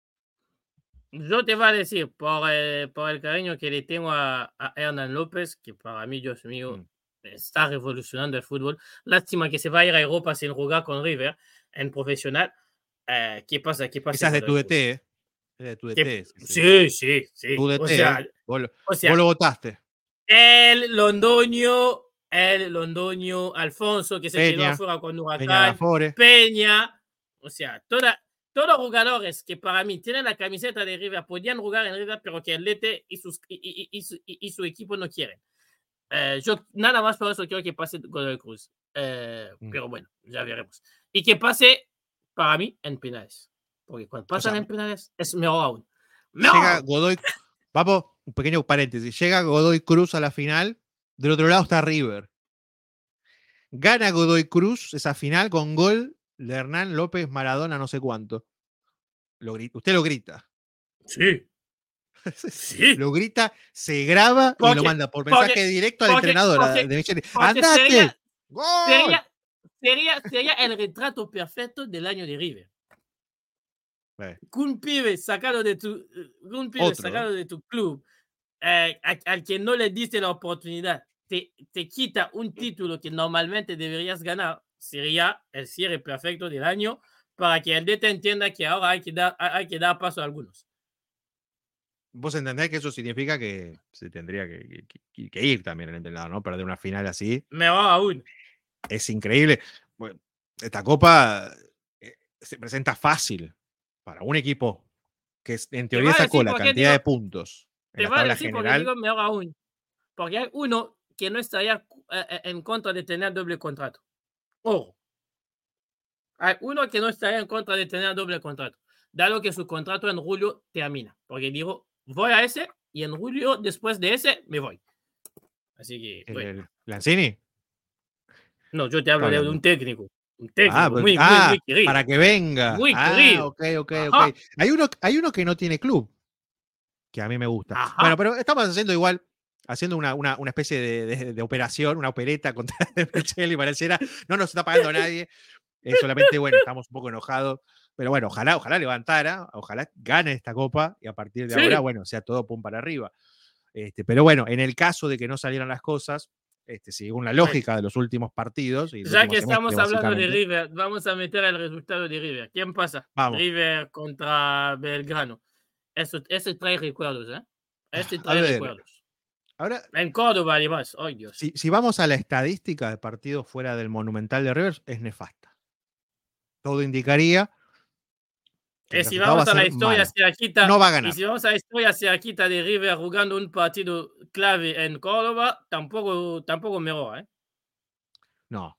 Yo te voy a decir, por el, por el cariño que le tengo a, a Hernán López, que para mí, Dios mío, Mm. está revolucionando el fútbol. Lástima que se va a ir a Europa sin jugar con River en profesional. Eh, ¿Qué pasa? ¿Qué pasa Esa es de con tu el D Cruz? T, ¿eh? Es de tu ¿Qué? D T. Sí, sí. Sí, sí, sí. Tu O D T, sea, ¿eh? Vos lo, o vos sea, lo votaste. el Londoño, el Londoño, Alfonso, que se quedó Peña, afuera con Peña Huracán, Dafore. Peña, o sea, toda, todos los jugadores que para mí tienen la camiseta de River podían jugar en River, pero que el Lete y, sus, y, y, y, su, y, y su equipo no quieren. Eh, yo nada más por eso quiero que pase Godoy Cruz. Eh, Mm. pero bueno, ya veremos. Y que pase para mí en penales. Porque cuando O pasan sea, en penales es mejor aún. llega ¡Mejor! Godoy. Vamos, un pequeño paréntesis. Llega Godoy Cruz a la final. Del otro lado está River. Gana Godoy Cruz esa final con gol de Hernán López Maradona, no sé cuánto. Lo grita, usted lo grita. Sí, sí. Lo grita, se graba y lo Porque, manda por porque, mensaje directo al porque, entrenador porque, de Michele. porque ¡Andate! sería, ¡Gol! sería, sería, sería el retrato perfecto del año de River. Eh, Un pibe sacado de tu, un pibe otro, ¿no? sacado de tu club, eh, a- al que no le diste la oportunidad, te, te quita un título que normalmente deberías ganar, sería el cierre perfecto del año para que el D T entienda que ahora hay que dar, hay que dar paso a algunos. Vos entendés que eso significa que se tendría que, que- que- que ir también el entrenador, ¿no? Perder una final así Mejor aún. es increíble. Bueno, esta copa eh, se presenta fácil para un equipo que es- en Te teoría voy a sacó decir la por qué cantidad digo, de puntos en te la voy a tabla decir por qué general. digo mejor aún. Porque hay uno que no estaría eh, en contra de tener doble contrato. Ojo. Hay uno que no estaría en contra de tener doble contrato, dado que su contrato en julio termina. Porque dijo, voy a ese y en julio, después de ese, me voy. Así que, El, bueno. el- Lanzini No, yo te está hablo de un hablando. técnico. Un Ah, técnico pues, muy, muy, ah, muy querido. para que venga. Muy Ah, querido. ok, ok, ok. Ajá, Hay uno, hay uno que no tiene club, que a mí me gusta. Bueno, ajá. pero estamos haciendo igual, haciendo una, una, una especie de, de- de operación, una opereta contra Michelle y pareciera, no nos está pagando nadie, es solamente, bueno, estamos un poco enojados, pero bueno, ojalá, ojalá levantara, ojalá gane esta copa y a partir de ahora, Sí, bueno, sea todo pum para arriba. Este, pero bueno, en el caso de que no salieran las cosas, este, según la bueno. lógica de los últimos partidos y el Ya último que semestre, estamos hablando de básicamente, River, vamos a meter el resultado de River. ¿Quién pasa? vamos. River contra Belgrano. Eso, ese trae recuerdos, ¿eh? Este A trae ver, recuerdos. ahora, En Córdoba, además. ¡Ay, Dios! si, si vamos a la estadística de partidos fuera del Monumental de River, es nefasta. Todo indicaría que el Y si resultado va vamos a a la ser historia, malo. se quita, No va a y ganar. si vamos a la historia, se quita de River jugando un partido clave en Córdoba, tampoco, tampoco mejor, ¿eh? No.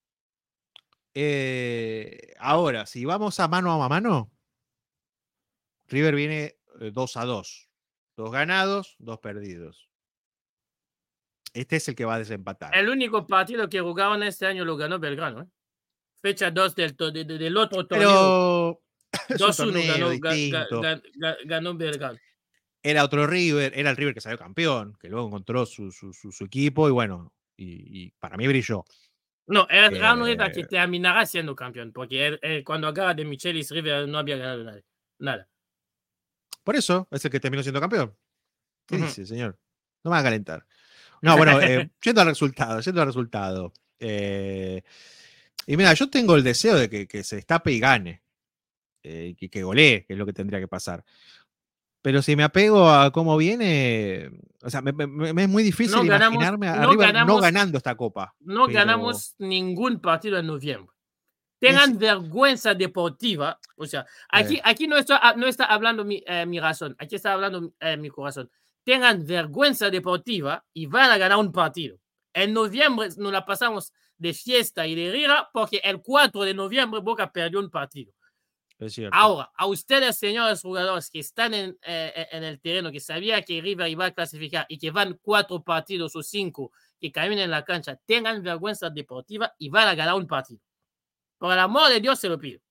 Eh, ahora, si vamos a mano a mano, River viene eh, dos a dos. Dos ganados, dos perdidos. Este es el que va a desempatar. El único partido que jugaron este año lo ganó Belgrano, ¿eh? Fecha dos del, to- de- de- del otro torneo. Pero es un dos uno torneo ganó, ga- ga- distinto. ga- ga- ganó Belgrano. Era otro River, era el River que salió campeón, que luego encontró su, su, su, su equipo y bueno, y, y, para mí brilló. No, era Real River que Eh, terminará siendo campeón, porque él, él, cuando acaba de Michelis, River no había ganado nada. nada. por eso es el que terminó siendo campeón. ¿Qué Uh -huh. dice, señor? No me va a calentar. No, bueno, eh, yendo al resultado, yendo al resultado. Eh, y mira, yo tengo el deseo de que, que se destape y gane. Eh, que, que golee, que es lo que tendría que pasar. Pero si me apego a cómo viene, o sea, me, me, me es muy difícil no ganamos, imaginarme a no River no ganamos, ganando esta copa. no Pero ganamos ningún partido en noviembre. es, Tengan vergüenza deportiva. O sea, eh, aquí, aquí no, está, no está hablando mi, eh, mi razón, aquí está hablando eh, mi corazón. Tengan vergüenza deportiva y van a ganar un partido. En noviembre nos la pasamos de fiesta y de rira porque el cuatro de noviembre Boca perdió un partido. es cierto. Ahora, a ustedes, señores jugadores que están en, eh, en el terreno, que sabía que River iba a clasificar y que van cuatro partidos o cinco que caminen en la cancha, tengan vergüenza deportiva y van a ganar un partido. Por el amor de Dios se lo pido.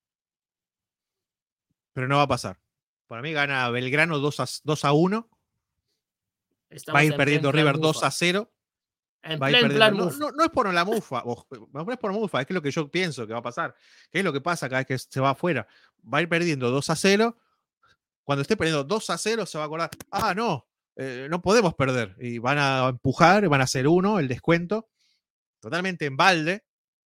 Pero no va a pasar. Para mí gana Belgrano dos a uno. Va a Estamos ir en plan, perdiendo plan River dos mufa. a cero. En Va a ir plan, perdiendo. plan No, mufa. no, no es por la mufa, o, no es por mufa, es que es lo que yo pienso que va a pasar. ¿Qué es lo que pasa cada vez que se va afuera? Va a ir perdiendo dos a cero. Cuando esté perdiendo dos a cero, se va a acordar, ah, no, eh, no podemos perder. Y van a empujar, van a hacer uno, el descuento, totalmente en balde,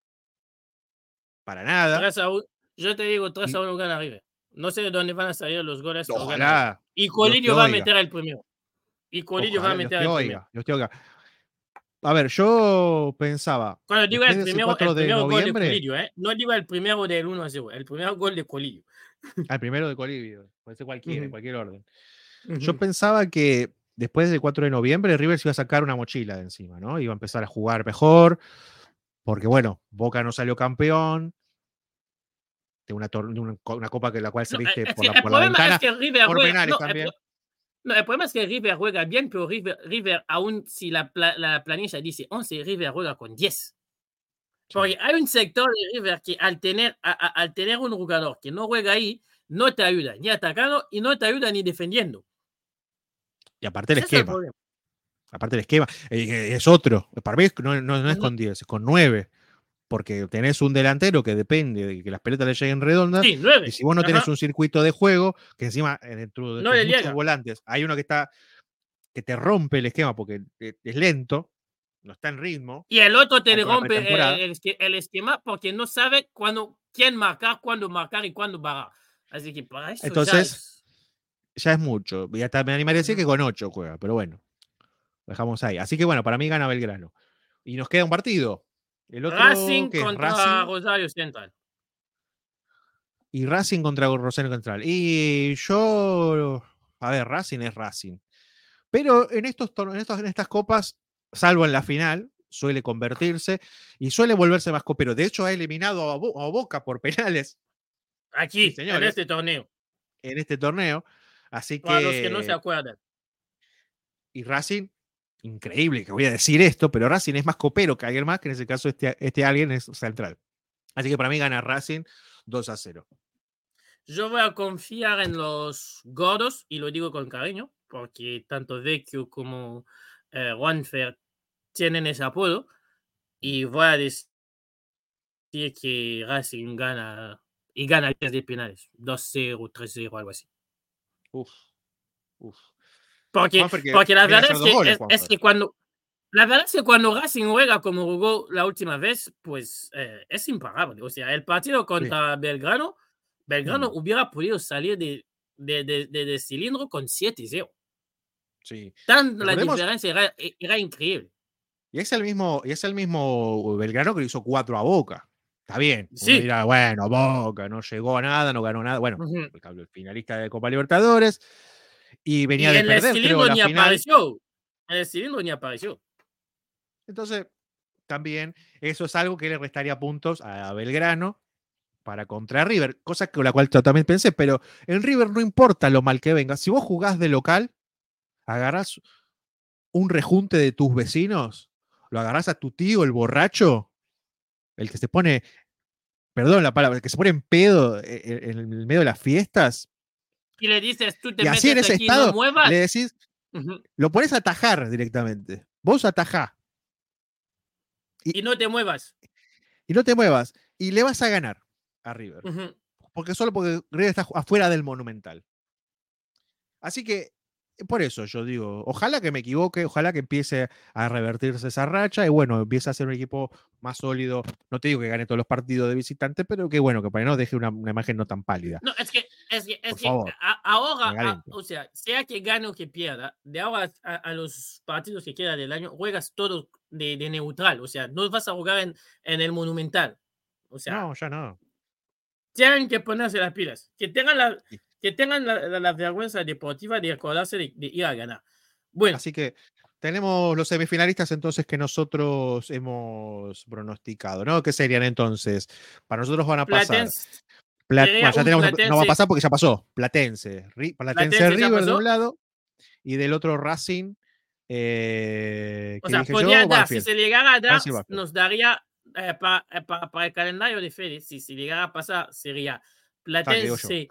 para nada. tres a uno. Yo te digo, tres Y a uno gana River. No sé de dónde van a salir los goles, pero gana River. ojalá, Y Dios te Colillo va a oiga, meter el primero. Y Colillo va a ojalá, Dios meter te el primero. oiga, Dios te oiga. A ver, yo pensaba, Cuando digo después el de ese primero, el cuatro de primero gol de noviembre, Colillo, ¿eh? No digo el primero del uno a cero, el primer gol de Colillo. al primero de Colibio, puede ser cualquiera, en Ujú, cualquier orden. Yo ujú. pensaba que después del cuatro de noviembre, River se iba a sacar una mochila de encima, ¿no? Iba a empezar a jugar mejor, porque bueno, Boca no salió campeón, de una, de una, una copa que la cual No, saliste es por que la, el por la problema es ventana, que River por juega. penales No, el, también. no, el problema es que River juega bien, pero River, River aún si la, la planilla dice once, River juega con diez. Porque Sí. hay un sector de River que al tener, a, a, al tener un jugador que no juega ahí, no te ayuda ni atacando y no te ayuda ni defendiendo. Y aparte el Ese es el esquema. problema. Aparte el esquema. Eh, es otro. Para mí no, no, no es con diez, es con nueve. Porque tenés un delantero que depende de que las pelotas le lleguen redondas. Sí, nueve. Y si vos no tenés Ajá. un circuito de juego, que encima dentro de No tus le muchos llega. volantes hay uno que está que te rompe el esquema porque es lento, no está en ritmo. Y el otro te Hay le por la rompe pretemporada. el, el, el esquema porque no sabe cuándo, quién marcar, cuándo marcar y cuándo parar. Así que para eso ya Entonces, es. ya es mucho. Y hasta me animaría a decir que con ocho juega, pero bueno, dejamos ahí. Así que bueno, para mí gana Belgrano. Y nos queda un partido. El otro, Racing que es contra Racing. Rosario Central. Y Racing contra Rosario Central. Y yo, a ver, Racing es Racing. Pero en, estos, en, estos, en estas copas, salvo en la final, suele convertirse y suele volverse más copero. De hecho, ha eliminado a, Bo a Boca por penales. Aquí, Sí, en señores, este torneo. en este torneo. Así Para los que no se que. acuerdan. Y Racing, increíble que voy a decir esto, pero Racing es más copero que alguien más, que en ese caso este, este alguien es Central. Así que para mí gana Racing dos a cero. Yo voy a confiar en los gordos, y lo digo con cariño, porque tanto Vecchio como eh, Juanfer tienen ese apodo, y voy a decir que Racing gana y gana de penales, dos cero, tres cero, algo así. Uf, uf. Porque, Juanfer que porque la viene a verdad hacer es dos que, goles, es, es Juanfer. que cuando la verdad es que cuando Racing juega como jugó la última vez, pues eh, es imparable. O sea, el partido Sí. contra Belgrano, Belgrano Mm, hubiera podido salir de, de, de, de, de cilindro con siete cero. sí. Tan la Recordemos, diferencia era, era increíble. y es el mismo, y es el mismo Belgrano que le hizo cuatro a Boca. Está bien. Uno Sí. dirá, bueno, Boca no llegó a nada, no ganó nada. Bueno, Uh-huh. el finalista de Copa Libertadores y venía Y de en el perder, creo, cilindro la ni final. apareció. En el cilindro ni apareció. Entonces, también eso es algo que le restaría puntos a Belgrano para contra River, cosa con la cual yo también pensé, pero en River no importa lo mal que venga. Si vos jugás de local, agarrás un rejunte de tus vecinos, lo agarrás a tu tío, el borracho, el que se pone, perdón la palabra, el que se pone en pedo en el medio de las fiestas, Y le dices, tú te y así en metes ese aquí, no estado le muevas. decís, Uh-huh. lo pones a atajar directamente. Vos atajá. Y, Y no te muevas. y no te muevas. Y le vas a ganar a River. Uh-huh. Porque solo porque River está afuera del Monumental. Así que, por eso yo digo, ojalá que me equivoque, ojalá que empiece a revertirse esa racha y bueno, empiece a ser un equipo más sólido. No te digo que gane todos los partidos de visitante, pero que bueno, que para que no deje una, una imagen no tan pálida. No, es que, es que, es Por que favor, a, ahora, a, Megalindo. o sea, sea que gane o que pierda, de ahora a, a los partidos que quedan del año, juegas todo de, de, neutral. O sea, no vas a jugar en, en el Monumental. O sea, No, ya no. tienen que ponerse las pilas. Que tengan la, Sí. que tengan la, la, la vergüenza deportiva de acordarse de, de ir a ganar. Bueno. Así que tenemos los semifinalistas entonces que nosotros hemos pronosticado, ¿no? ¿Qué serían entonces? Para nosotros van a pasar. Platense, Plat bueno, ya tenemos, Platense, no va a pasar porque ya pasó. Platense, Ri Platense, Platense ya River de pasó. un lado y del otro Racing. Eh, O ¿Qué sea, dije podría yo? dar, si Banfield. se llegara a dar, Banfield, Banfield. nos daría eh, para pa, pa el calendario de Fede, si se llegara a pasar, sería Platense.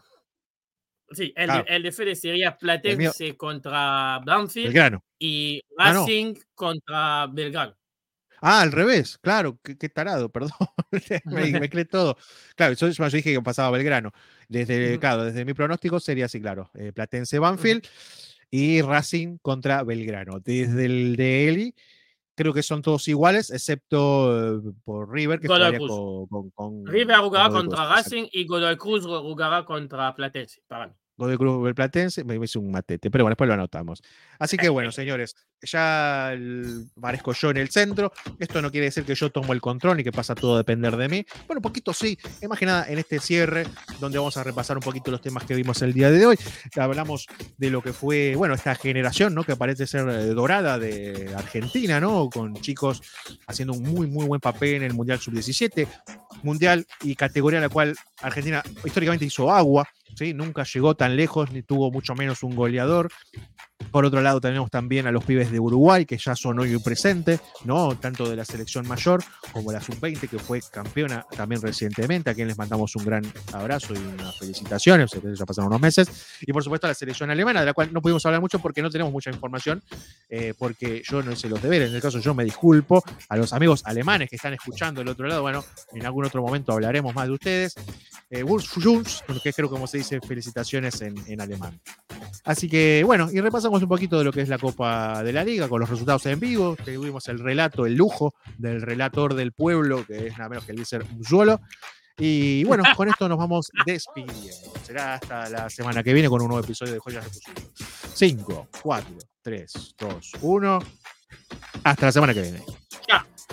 Sí, el, Claro. de, el de Fede sería Platense contra Banfield Belgrano. y Ah, no. Racing contra Belgrano. Ah, al revés, claro, qué, qué tarado, perdón. me mezclé todo. Claro, yo, yo dije que pasaba Belgrano. Desde, Uh-huh. claro, desde mi pronóstico sería así, claro. Eh, Platense Banfield uh-huh. y Racing contra Belgrano. Desde el de Eli, creo que son todos iguales, excepto uh, por River, que Godoy jugaría Cruz. con, con, con, River jugará con contra Cruz, Racing y Godoy Cruz jugará contra Platense, para mí. Godoy Cruz Belplatense, me hice un matete, pero bueno, después lo anotamos. Así que bueno, señores, ya aparezco yo en el centro. Esto no quiere decir que yo tomo el control y que pasa todo a depender de mí. Bueno, un poquito sí, es más que nada en este cierre, donde vamos a repasar un poquito los temas que vimos el día de hoy. Hablamos de lo que fue, bueno, esta generación, ¿no? Que parece ser dorada de Argentina, ¿no? Con chicos haciendo un muy, muy buen papel en el Mundial sub diecisiete. Mundial y categoría en la cual Argentina históricamente hizo agua, ¿sí? Nunca llegó tan lejos, ni tuvo mucho menos un goleador. Por otro lado, tenemos también a los pibes de Uruguay, que ya son hoy presentes, ¿no? Tanto de la selección mayor como la sub veinte, que fue campeona también recientemente, a quien les mandamos un gran abrazo y unas felicitaciones, ya pasaron unos meses. Y por supuesto a la selección alemana, de la cual no pudimos hablar mucho porque no tenemos mucha información, eh, porque yo no hice los deberes. En el caso yo me disculpo a los amigos alemanes que están escuchando del otro lado. Bueno, en algún otro momento hablaremos más de ustedes. Eh, que creo como se dice felicitaciones en, en alemán. Así que bueno, y repasamos un poquito de lo que es la Copa de la Liga con los resultados en vivo. Tuvimos el relato, el lujo del relator del pueblo, que es nada menos que el Vícer Muyuolo. Y bueno, con esto nos vamos despidiendo. Será hasta la semana que viene con un nuevo episodio de Joyas de Fusillo. cinco, cuatro, tres, dos, uno. Hasta la semana que viene.